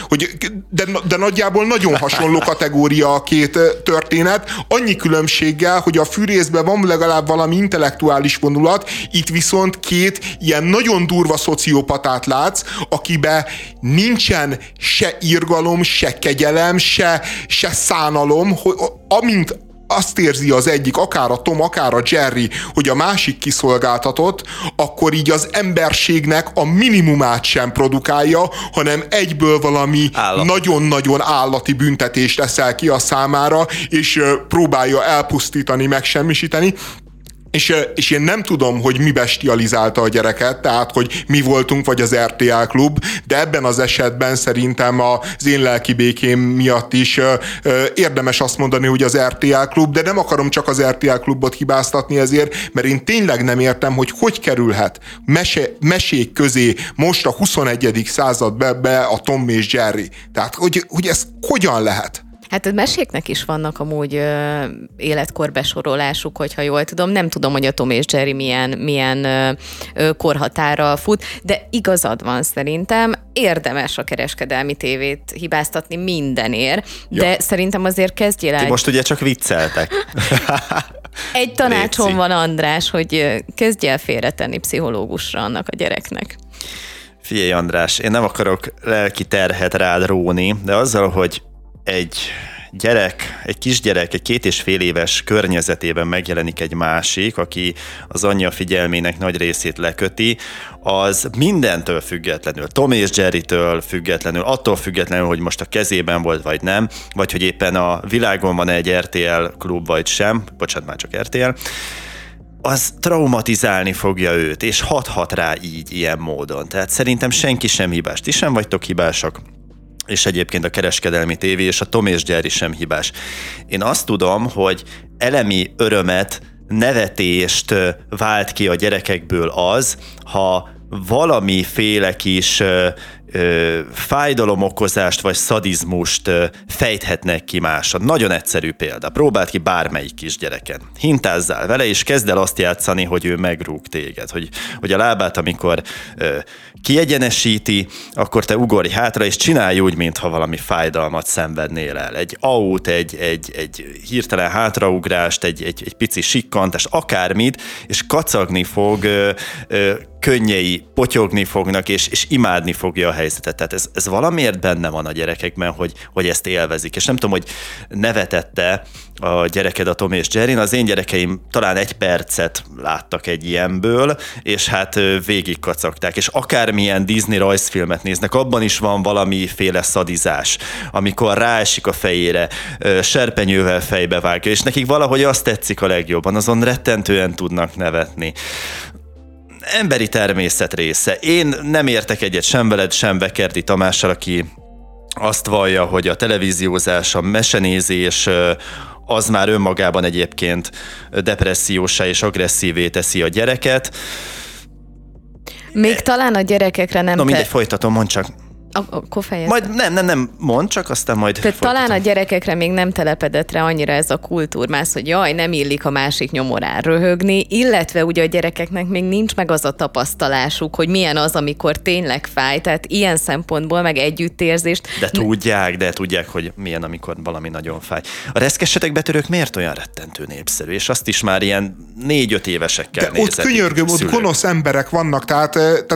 de nagyjából nagyon hasonló kategória a 2 történet, annyi különbséggel, hogy a fűrészben van legalább valami intellektuális vonulat, itt viszont 2 ilyen nagyon durva szociopatát látsz, akiben nincsen se irgalom, se kegyelem, se szánalom, amint azt érzi az egyik, akár a Tom, akár a Jerry, hogy a másik kiszolgáltatott, akkor így az emberségnek a minimumát sem produkálja, hanem egyből valami nagyon-nagyon állati büntetést teszel ki a számára, és próbálja elpusztítani, megsemmisíteni. És én nem tudom, hogy mi bestializálta a gyereket, tehát, hogy mi voltunk, vagy az RTL Klub, de ebben az esetben szerintem az én lelki békém miatt is érdemes azt mondani, hogy az RTL Klub, de nem akarom csak az RTL Klubot hibáztatni ezért, mert én tényleg nem értem, hogy kerülhet mesék közé most a 21. század be a Tom és Jerry. Tehát, hogy ez hogyan lehet? Hát a meséknek is vannak amúgy életkorbesorolásuk, hogyha jól tudom. Nem tudom, hogy a Tom és Jerry milyen korhatára fut, de igazad van szerintem. Érdemes a kereskedelmi tévét hibáztatni mindenért, de szerintem azért kezdjél el... Ti most ugye csak vicceltek. Egy tanácsom van, András, hogy kezdj el félretenni pszichológusra annak a gyereknek. Figyelj, András, én nem akarok lelki terhet rád róni, de azzal, hogy egy kisgyerek, egy 2,5 éves környezetében megjelenik egy másik, aki az anyja figyelmének nagy részét leköti, az mindentől függetlenül, Tom és Jerrytől függetlenül, attól függetlenül, hogy most a kezében volt vagy nem, vagy hogy éppen a világon van egy RTL klub vagy sem, bocsánat, már csak RTL, az traumatizálni fogja őt, és hathat rá így, ilyen módon. Tehát szerintem senki sem hibás. Ti sem vagytok hibásak, és egyébként a kereskedelmi tévé és a Tom és Jerry sem hibás. Én azt tudom, hogy elemi örömet, nevetést vált ki a gyerekekből az, ha valamiféle kis fájdalomokozást vagy szadizmust fejthetnek ki másra. Nagyon egyszerű példa. Próbáld ki bármelyik kisgyereken. Hintázzál vele, és kezd el azt játszani, hogy ő megrúg téged. Hogy a lábát, amikor kiegyenesíti, akkor te ugorj hátra, és csinálj úgy, mintha valami fájdalmat szenvednél el. Egy out, egy hirtelen hátraugrást, egy pici sikkantást, akármit, és kacagni fog, könnyei potyogni fognak, és imádni fogja a helyzetet. Tehát ez valamiért benne van a gyerekekben, hogy ezt élvezik. És nem tudom, hogy nevetette a gyereked a Tom és Jerryn, az én gyerekeim talán 1 percet láttak egy ilyenből, és hát végig kacagták. És akármilyen Disney rajzfilmet néznek, abban is van valamiféle szadizás, amikor ráesik a fejére, serpenyővel fejbe vágja, és nekik valahogy azt tetszik a legjobban, azon rettentően tudnak nevetni. Emberi természet része. Én nem értek egyet sem veled, sem Bekerdi Tamással, aki azt vallja, hogy a televíziózás, a mesenézés az már önmagában egyébként depressziósá és agresszívé teszi a gyereket. Még talán a gyerekekre nem... mindegy, folytatom, mondd csak. Akkor fejezd. Majd nem, mondd csak, aztán majd Tehát folytatom. talán a gyerekekre még nem telepedett rá annyira ez a kultúrmász, hogy jaj, nem illik a másik nyomorán röhögni, illetve ugye a gyerekeknek még nincs meg az a tapasztalásuk, hogy milyen az, amikor tényleg fáj, tehát ilyen szempontból meg együttérzést. De tudják, hogy milyen, amikor valami nagyon fáj. A Reszkessetek betörők miért olyan rettentő népszerű, és azt is már ilyen 4-5 évesekkel nézetik. Ott könyörgöm, ott gonosz emberek vannak, tehát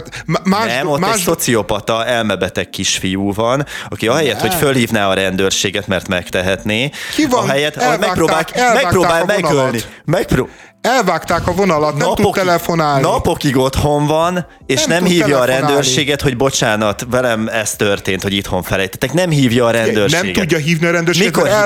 egy szociopata, elmebeteg kisfiú van, aki ahelyett, hogy fölhívná a rendőrséget, mert megtehetné, ahelyett megpróbál megölni. Elvágták a vonalat, nem tud telefonálni. Napokig otthon van, és nem hívja a rendőrséget, hogy bocsánat, velem ez történt, hogy itthon felejtettek. Nem hívja a rendőrséget. Nem tudja hívni a rendőrséget, mikor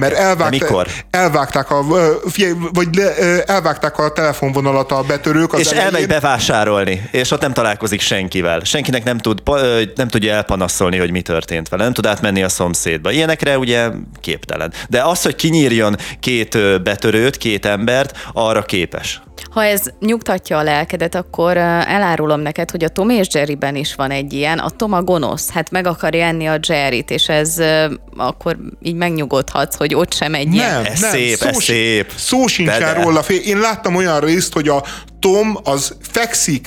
elvágták a telefonvonalat a betörők. És elmegy bevásárolni, és ott nem találkozik senkivel. Senkinek nem tudja elpanaszolni, hogy mi történt vele. Nem tud átmenni a szomszédba. Ilyenekre ugye képtelen. De az, hogy kinyírjon 2 betörőt, 2 embert, arra képes. Ha ez nyugtatja a lelkedet, akkor elárulom neked, hogy a Tom és Jerryben is van egy ilyen. A Tom a gonosz, hát meg akarja enni a Jerryt, és ez akkor így megnyugodhatsz, hogy ott sem egy ilyen. Ez szép. Szó sincsen róla. Én láttam olyan részt, hogy a Tom az fekszik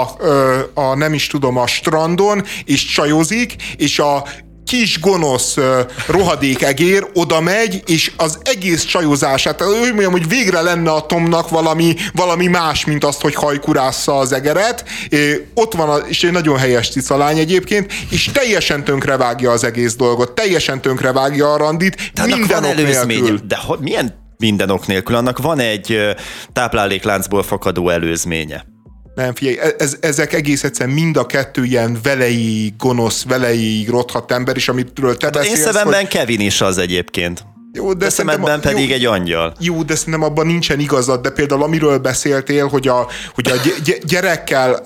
a nem is tudom, a strandon, és csajozik, és a kis gonosz rohadék egér oda megy, és az egész csajozását, úgy mondjam, hogy végre lenne a Tomnak valami más, mint azt, hogy hajkurásza az egeret. Ott van, és egy nagyon helyes cicalány egyébként, és teljesen tönkrevágja az egész dolgot, teljesen tönkrevágja a randit, de minden ok nélkül. De milyen minden ok nélkül? Annak van egy táplálékláncból fakadó előzménye. Nem, figyelj, ezek egész egyszerűen mind a kettő ilyen velei, gonosz, velei rothadt ember, és amitről te beszélsz. Én szememben Kevin is az egyébként. Jó, de szemedben pedig egy angyal. Jó, de szerintem abban nincsen igazad, de például amiről beszéltél, hogy a gyerekkel...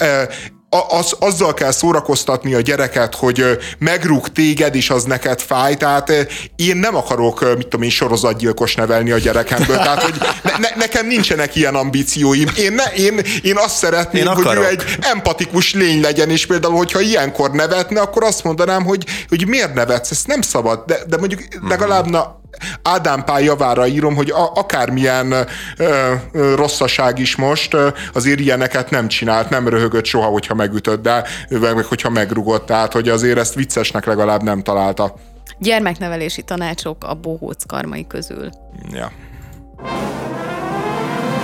azzal kell szórakoztatni a gyereket, hogy megrúg téged, és az neked fáj. Tehát én nem akarok, sorozatgyilkos nevelni a gyerekemből. Tehát, hogy nekem nincsenek ilyen ambícióim. Én azt szeretném, hogy ő egy empatikus lény legyen, és például, hogyha ilyenkor nevetne, akkor azt mondanám, hogy miért nevetsz? Ezt nem szabad. De mondjuk legalább Ádám Pál javára írom, hogy akármilyen rosszaság is most, azért ilyeneket nem csinált, nem röhögött soha, hogyha megütött, de meg hogyha megrugott, tehát hogy azért ezt viccesnek legalább nem találta. Gyermeknevelési tanácsok a bohóc karmai közül. Ja.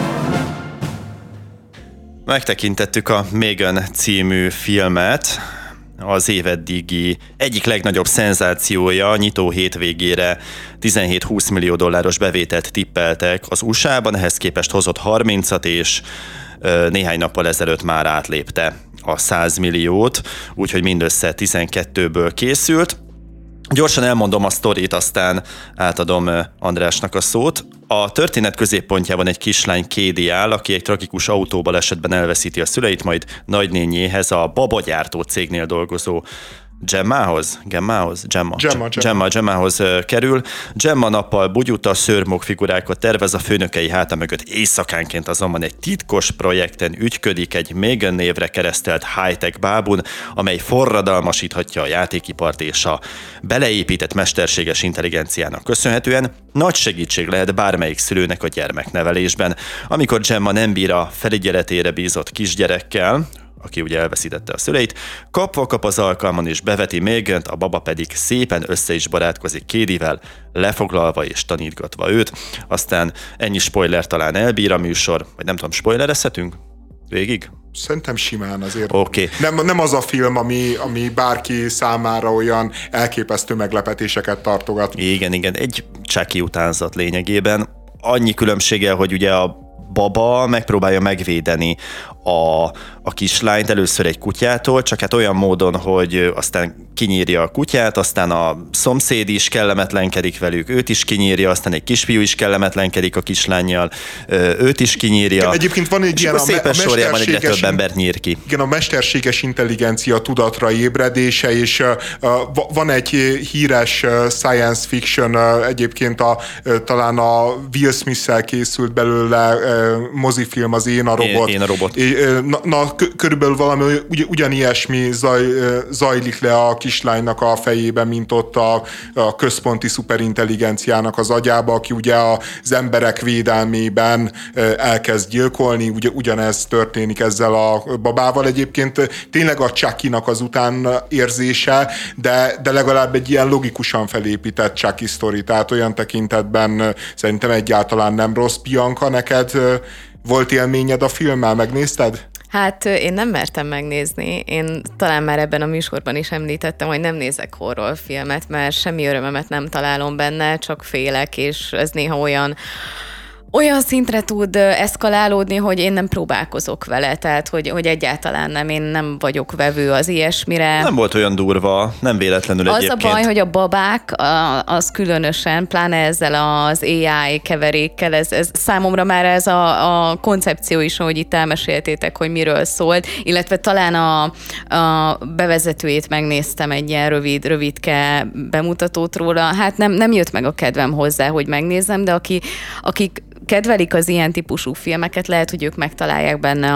Megtekintettük a Megan című filmet, az év eddigi egyik legnagyobb szenzációja, nyitó hétvégére 17-20 millió dolláros bevételt tippeltek az USA-ban, ehhez képest hozott 30-at, és néhány nappal ezelőtt már átlépte a 100 milliót, úgyhogy mindössze 12-ből készült. Gyorsan elmondom a sztorit, aztán átadom Andrásnak a szót. A történet középpontjában egy kislány Katie áll, aki egy tragikus autóbalesetben elveszíti a szüleit, majd nagynényéhez, a babagyártó cégnél dolgozó Gemmához kerül. Gemma nappal bugyuta, szőrmók figurákat tervez, a főnökei háta mögött éjszakánként azonban egy titkos projekten ügyködik egy Megan névre keresztelt high-tech bábun, amely forradalmasíthatja a játékipart, és a beleépített mesterséges intelligenciának köszönhetően nagy segítség lehet bármelyik szülőnek a gyermeknevelésben. Amikor Gemma nem bír a felügyeletére bízott kisgyerekkel, aki ugye elveszítette a szüleit, kapva kap az alkalmon és beveti Megant, a baba pedig szépen össze is barátkozik Katie-vel, lefoglalva és tanítgatva őt. Aztán ennyi spoiler talán elbír a műsor, vagy nem tudom, spoilerezhetünk végig? Szerintem simán azért. Okay. Nem az a film, ami bárki számára olyan elképesztő meglepetéseket tartogat. Igen, egy Chucky utánzat lényegében. Annyi különbséggel, hogy ugye a baba megpróbálja megvédeni a kislányt először egy kutyától, csak hát olyan módon, hogy aztán kinyírja a kutyát, aztán a szomszéd is kellemetlenkedik velük, őt is kinyírja, aztán egy kisfiú is kellemetlenkedik a kislánnyal, őt is kinyírja. Igen, egyébként van egy ilyen szépen sorjában egyre több embert nyír ki. Igen, a mesterséges intelligencia tudatra ébredése, és van egy híres science fiction, egyébként talán a Will Smith-szel készült belőle mozifilm, az Én a robot. Én a robot. Körülbelül valami ugyanilyesmi zajlik le a kislánynak a fejében, mint ott a központi szuperintelligenciának az agyába, aki ugye az emberek védelmében elkezd gyilkolni, ugyanez történik ezzel a babával. Egyébként tényleg a Chucky-nak az utánérzése, de legalább egy ilyen logikusan felépített Chucky sztori, tehát olyan tekintetben szerintem egyáltalán nem rossz. Bianca, neked volt élményed a filmmel, megnézted? Hát én nem mertem megnézni. Én talán már ebben a műsorban is említettem, hogy nem nézek horrorfilmet, mert semmi örömömet nem találom benne, csak félek, és ez néha olyan szintre tud eszkalálódni, hogy én nem próbálkozok vele, tehát hogy egyáltalán nem, én nem vagyok vevő az ilyesmire. Nem volt olyan durva, nem véletlenül egyébként. Az a baj, hogy a babák, az különösen, pláne ezzel az AI keverékkel, ez számomra már ez a koncepció is, hogy itt elmeséltétek, hogy miről szólt, illetve talán a bevezetőjét megnéztem, egy ilyen rövidke bemutatót róla, hát nem jött meg a kedvem hozzá, hogy megnézzem, de akik kedvelik az ilyen típusú filmeket, lehet, hogy ők megtalálják benne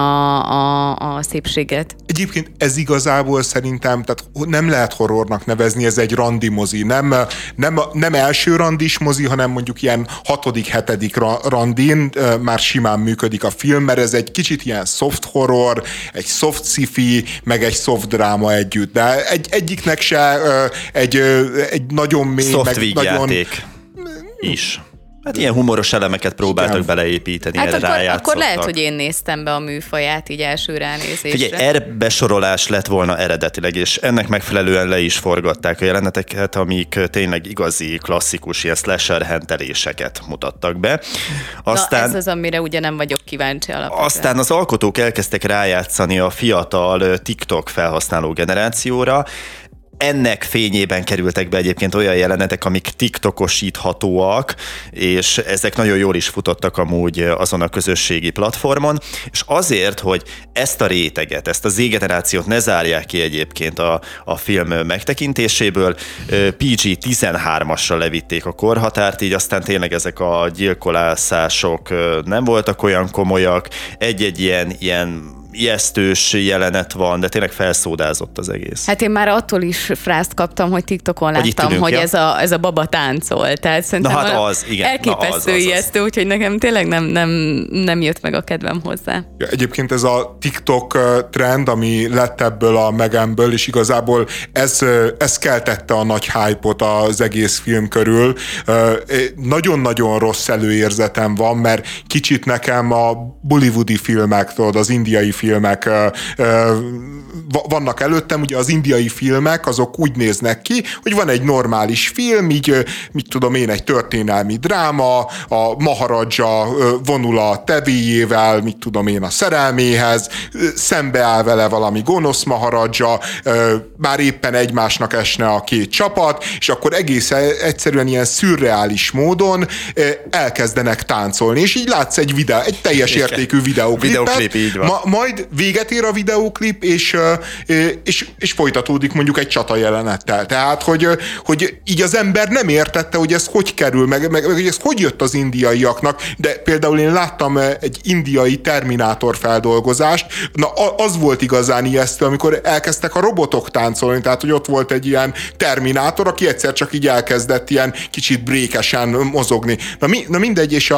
a szépséget. Egyébként ez igazából szerintem, tehát nem lehet horrornak nevezni, ez egy randi mozi. Nem első randis mozi, hanem mondjuk ilyen 6.-7. randin már simán működik a film, mert ez egy kicsit ilyen soft horror, egy soft sci-fi, meg egy soft dráma együtt. De egyiknek se egy nagyon mély, soft meg nagyon... is. Hát ilyen humoros elemeket próbáltak beleépíteni, hát erre rájátszottak. Akkor lehet, hogy én néztem be a műfaját így első ránézésre. Figyelj, erre besorolás lett volna eredetileg, és ennek megfelelően le is forgatták a jeleneteket, amik tényleg igazi, klasszikus, ilyen slasher henteléseket mutattak be. Aztán, ez az, amire ugye nem vagyok kíváncsi alapvetően. Aztán az alkotók elkezdtek rájátszani a fiatal TikTok felhasználó generációra. Ennek fényében kerültek be egyébként olyan jelenetek, amik tiktokosíthatóak, és ezek nagyon jól is futottak amúgy azon a közösségi platformon, és azért, hogy ezt a réteget, ezt a Z-generációt ne zárják ki egyébként a film megtekintéséből, PG-13-asra levitték a korhatárt, így aztán tényleg ezek a gyilkolászások nem voltak olyan komolyak, egy-egy ilyen ijesztős jelenet van, de tényleg felszódázott az egész. Hát én már attól is frászt kaptam, hogy TikTokon láttam, hogy ez a baba táncol. Tehát szerintem elképesztő ijesztő, úgyhogy nekem tényleg nem jött meg a kedvem hozzá. Ja, egyébként ez a TikTok trend, ami lett ebből a Meganből, és igazából ez keltette a nagy hype-ot az egész film körül. Nagyon-nagyon rossz előérzetem van, mert kicsit nekem a bollywoodi filmek, az indiai filmek vannak előttem. Ugye az indiai filmek azok úgy néznek ki, hogy van egy normális film, így mit tudom én, egy történelmi dráma, a Maharaja vonul a tevéjével, mit tudom én, a szerelméhez, szembeáll vele valami gonosz Maharaja, bár éppen egymásnak esne a két csapat, és akkor egész egyszerűen ilyen szürreális módon elkezdenek táncolni, és így látsz egy teljes értékű videóklipet, majd véget ér a videóklip, és folytatódik mondjuk egy csata jelenettel. Tehát, hogy így az ember nem értette, hogy ez hogy kerül, meg hogy ez hogy jött az indiaiaknak, de például én láttam egy indiai Terminátor feldolgozást, na az volt igazán ijesztő, amikor elkezdtek a robotok táncolni, tehát, hogy ott volt egy ilyen Terminátor, aki egyszer csak így elkezdett ilyen kicsit brékesen mozogni. Na mindegy, és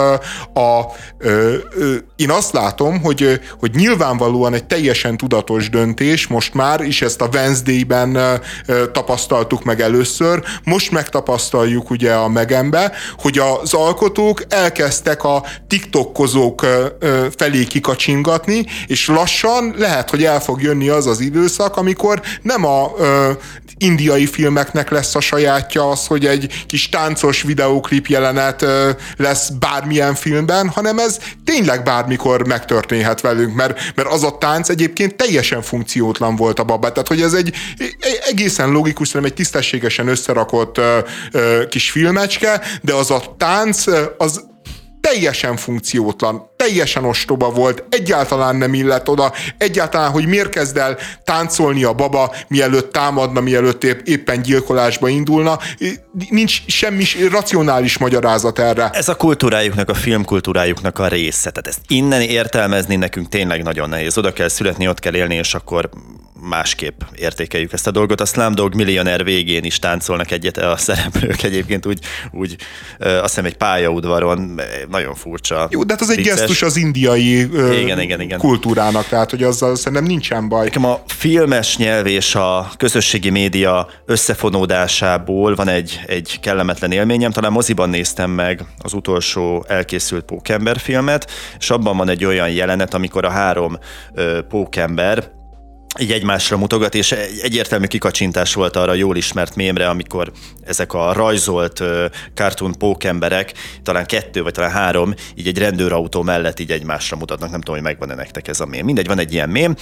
én azt látom, hogy nyilvánvalóan egy teljesen tudatos döntés most már, és ezt a Wednesday-ben tapasztaltuk meg először, most megtapasztaljuk ugye a Meganbe, hogy az alkotók elkezdtek a TikTokozók felé kikacsingatni, és lassan lehet, hogy el fog jönni az az időszak, amikor nem a indiai filmeknek lesz a sajátja az, hogy egy kis táncos videóklip jelenet lesz bármilyen filmben, hanem ez tényleg bármikor megtörténhet velünk, mert az a tánc egyébként teljesen funkciótlan volt a babát. Tehát, hogy ez egy egészen logikus, nem egy tisztességesen összerakott kis filmecske, de az a tánc, az teljesen funkciótlan, teljesen ostoba volt, egyáltalán nem illett oda, egyáltalán, hogy miért kezd el táncolni a baba, mielőtt támadna, mielőtt éppen gyilkolásba indulna. Nincs semmi racionális magyarázat erre. Ez a kultúrájuknak, a filmkultúrájuknak a része. Tehát ezt innen értelmezni nekünk tényleg nagyon nehéz. Oda kell születni, ott kell élni, és akkor másképp értékeljük ezt a dolgot. A Slumdog Millionaire végén is táncolnak egyet a szereplők egyébként úgy azt hiszem egy pályaudvaron, nagyon furcsa. Jó, de hát az egy gesztus az indiai igen. kultúrának, tehát hogy azzal szerintem nincsen baj. Nekem a filmes nyelv és a közösségi média összefonódásából van egy kellemetlen élményem, talán moziban néztem meg az utolsó elkészült Pókember filmet, és abban van egy olyan jelenet, amikor a 3 pókember így egymásra mutogat, és egyértelmű kikacsintás volt arra jól ismert mémre, amikor ezek a rajzolt cartoon pókemberek, talán 2 vagy talán 3, így egy rendőrautó mellett így egymásra mutatnak. Nem tudom, hogy megvan-e nektek ez a mém. Mindegy, van egy ilyen mém,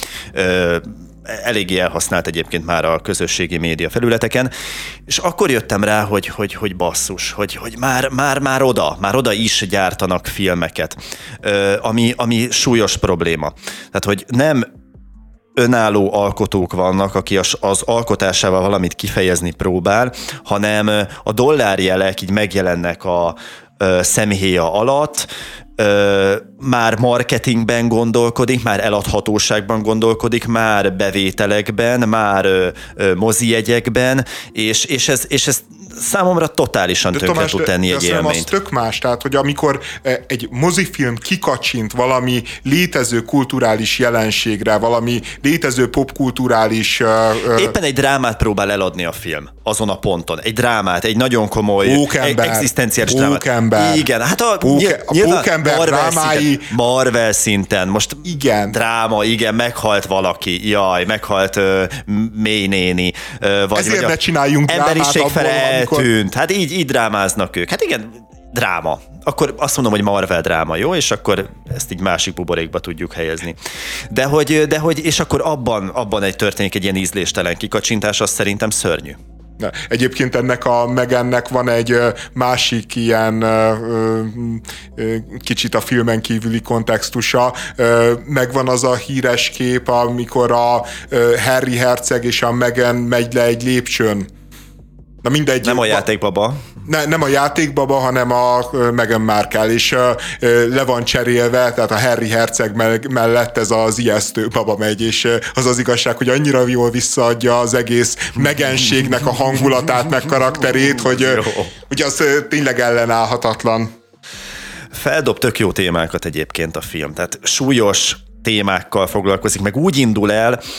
eléggé elhasznált egyébként már a közösségi média felületeken, és akkor jöttem rá, hogy basszus, hogy már oda is gyártanak filmeket, ami súlyos probléma. Tehát, hogy nem önálló alkotók vannak, aki az alkotásával valamit kifejezni próbál, hanem a dollárjelek így megjelennek a szemhéja alatt, már marketingben gondolkodik, már eladhatóságban gondolkodik, már bevételekben, már mozijegyekben, és ez számomra totálisan tönkre tud tenni egy élményt. Az tök más, tehát hogy amikor egy mozifilm kikacsint valami létező kulturális jelenségre, valami létező popkulturális... Éppen egy drámát próbál eladni a film, azon a ponton. Egy drámát, egy nagyon komoly, egzisztenciális drámát. Igen, hát a Pókember drámái... Marvel szinten, most igen. Dráma, igen, meghalt valaki, jaj, meghalt mély néni. Ezért ne csináljunk drámát abból, tűnt. Hát így drámáznak ők. Hát igen, dráma. Akkor azt mondom, hogy Marvel dráma, jó? És akkor ezt így másik buborékba tudjuk helyezni. De hogy és akkor abban történik egy ilyen ízléstelen kikacsintás, az szerintem szörnyű. Egyébként ennek a Megannek van egy másik ilyen kicsit a filmen kívüli kontextusa. Megvan az a híres kép, amikor a Harry herceg és a Meghan megy le egy lépcsőn. Na mindegy. Nem a játékbaba. Nem a játékbaba, hanem a Meghan Markle, és le van cserélve, tehát a Harry herceg mellett ez az ijesztő baba megy, és az az igazság, hogy annyira jól visszaadja az egész Meghanségnek a hangulatát, meg karakterét, hogy az tényleg ellenállhatatlan. Feldob tök jó témákat egyébként a film, tehát súlyos témákkal foglalkozik, meg úgy indul el,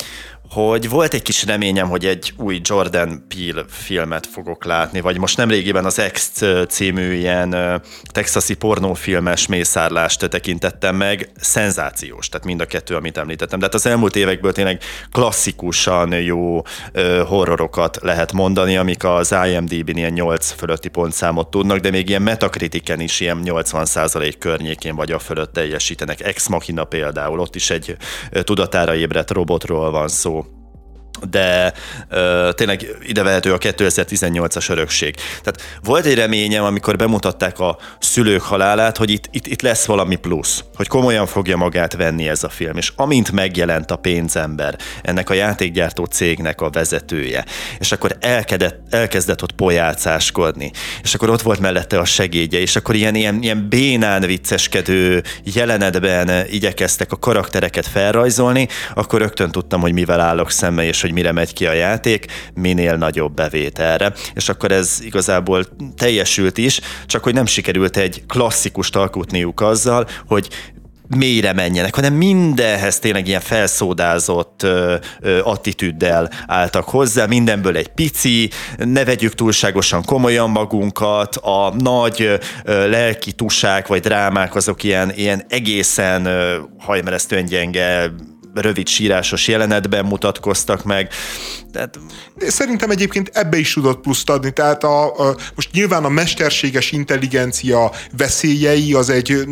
hogy volt egy kis reményem, hogy egy új Jordan Peele filmet fogok látni, vagy most nemrégiben az X című ilyen texasi pornófilmes mészárlást tekintettem meg, szenzációs, tehát mind a kettő, amit említettem. De hát az elmúlt évekből tényleg klasszikusan jó horrorokat lehet mondani, amik az IMDb-n ilyen 8 fölötti pontszámot tudnak, de még ilyen Metacritiken is ilyen 80% környékén vagy a fölött teljesítenek. Ex Machina például, ott is egy tudatára ébredt robotról van szó. De tényleg ide vehető a 2018-as örökség. Tehát volt egy reményem, amikor bemutatták a szülők halálát, hogy itt lesz valami plusz, hogy komolyan fogja magát venni ez a film, és amint megjelent a pénzember, ennek a játékgyártó cégnek a vezetője, és akkor elkezdett ott pojácáskodni, és akkor ott volt mellette a segédje, és akkor ilyen bénán vicceskedő jelenetben igyekeztek a karaktereket felrajzolni, akkor rögtön tudtam, hogy mivel állok szembe, és hogy mire megy ki a játék, minél nagyobb bevételre. És akkor ez igazából teljesült is, csak hogy nem sikerült egy klasszikust alkotniuk azzal, hogy mélyre menjenek, hanem mindenhez tényleg ilyen felszódázott attitűddel álltak hozzá, mindenből egy pici, ne vegyük túlságosan komolyan magunkat, a nagy lelki tusák vagy drámák azok ilyen egészen hajmeresztően gyenge, rövid sírásos jelenetben mutatkoztak meg. Tehát... Szerintem egyébként ebbe is tudott pluszt adni, tehát most nyilván a mesterséges intelligencia veszélyei az egy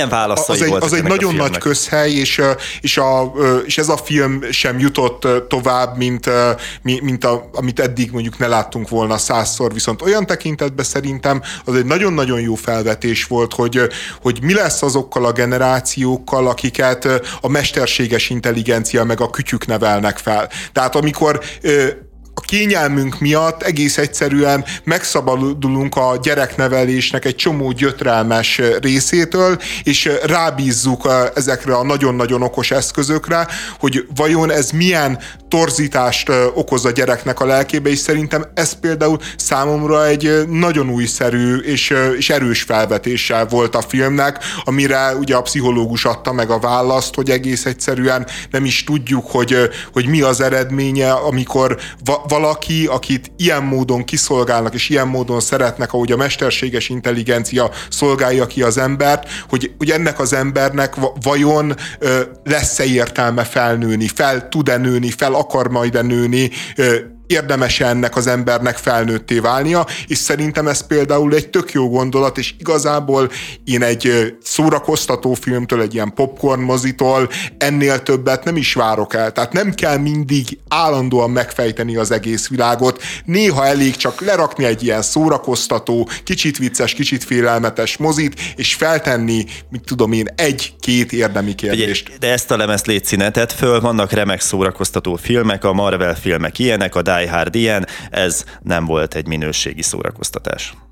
nagyon nagy közhely, és ez a film sem jutott tovább, mint amit eddig mondjuk ne láttunk volna 100-szor, viszont olyan tekintetben szerintem az egy nagyon-nagyon jó felvetés volt, hogy mi lesz azokkal a generációkkal, akiket a mesterséges intelligencia meg a kütyük nevelnek fel. Tehát amikor a kényelmünk miatt egész egyszerűen megszabadulunk a gyereknevelésnek egy csomó gyötrelmes részétől, és rábízzuk ezekre a nagyon-nagyon okos eszközökre, hogy vajon ez milyen torzítást okoz a gyereknek a lelkébe, és szerintem ez például számomra egy nagyon újszerű és erős felvetéssel volt a filmnek, amire ugye a pszichológus adta meg a választ, hogy egész egyszerűen nem is tudjuk, hogy mi az eredménye, amikor valaki, akit ilyen módon kiszolgálnak, és ilyen módon szeretnek, ahogy a mesterséges intelligencia szolgálja ki az embert, hogy ennek az embernek vajon lesz-e értelme felnőni, fel tud-e nőni, fel akar majd-e nőni, érdemes ennek az embernek felnőtté válnia, és szerintem ez például egy tök jó gondolat, és igazából én egy szórakoztató filmtől, egy ilyen popcorn mozitól ennél többet nem is várok el. Tehát nem kell mindig állandóan megfejteni az egész világot, néha elég csak lerakni egy ilyen szórakoztató, kicsit vicces, kicsit félelmetes mozit, és feltenni, mit tudom én, 1-2 érdemi kérdést. De ezt a lemezt légy színetet föl, vannak remek szórakoztató filmek, a Marvel filmek ilyenek, a Die Hard ilyen, ez nem volt egy minőségi szórakoztatás.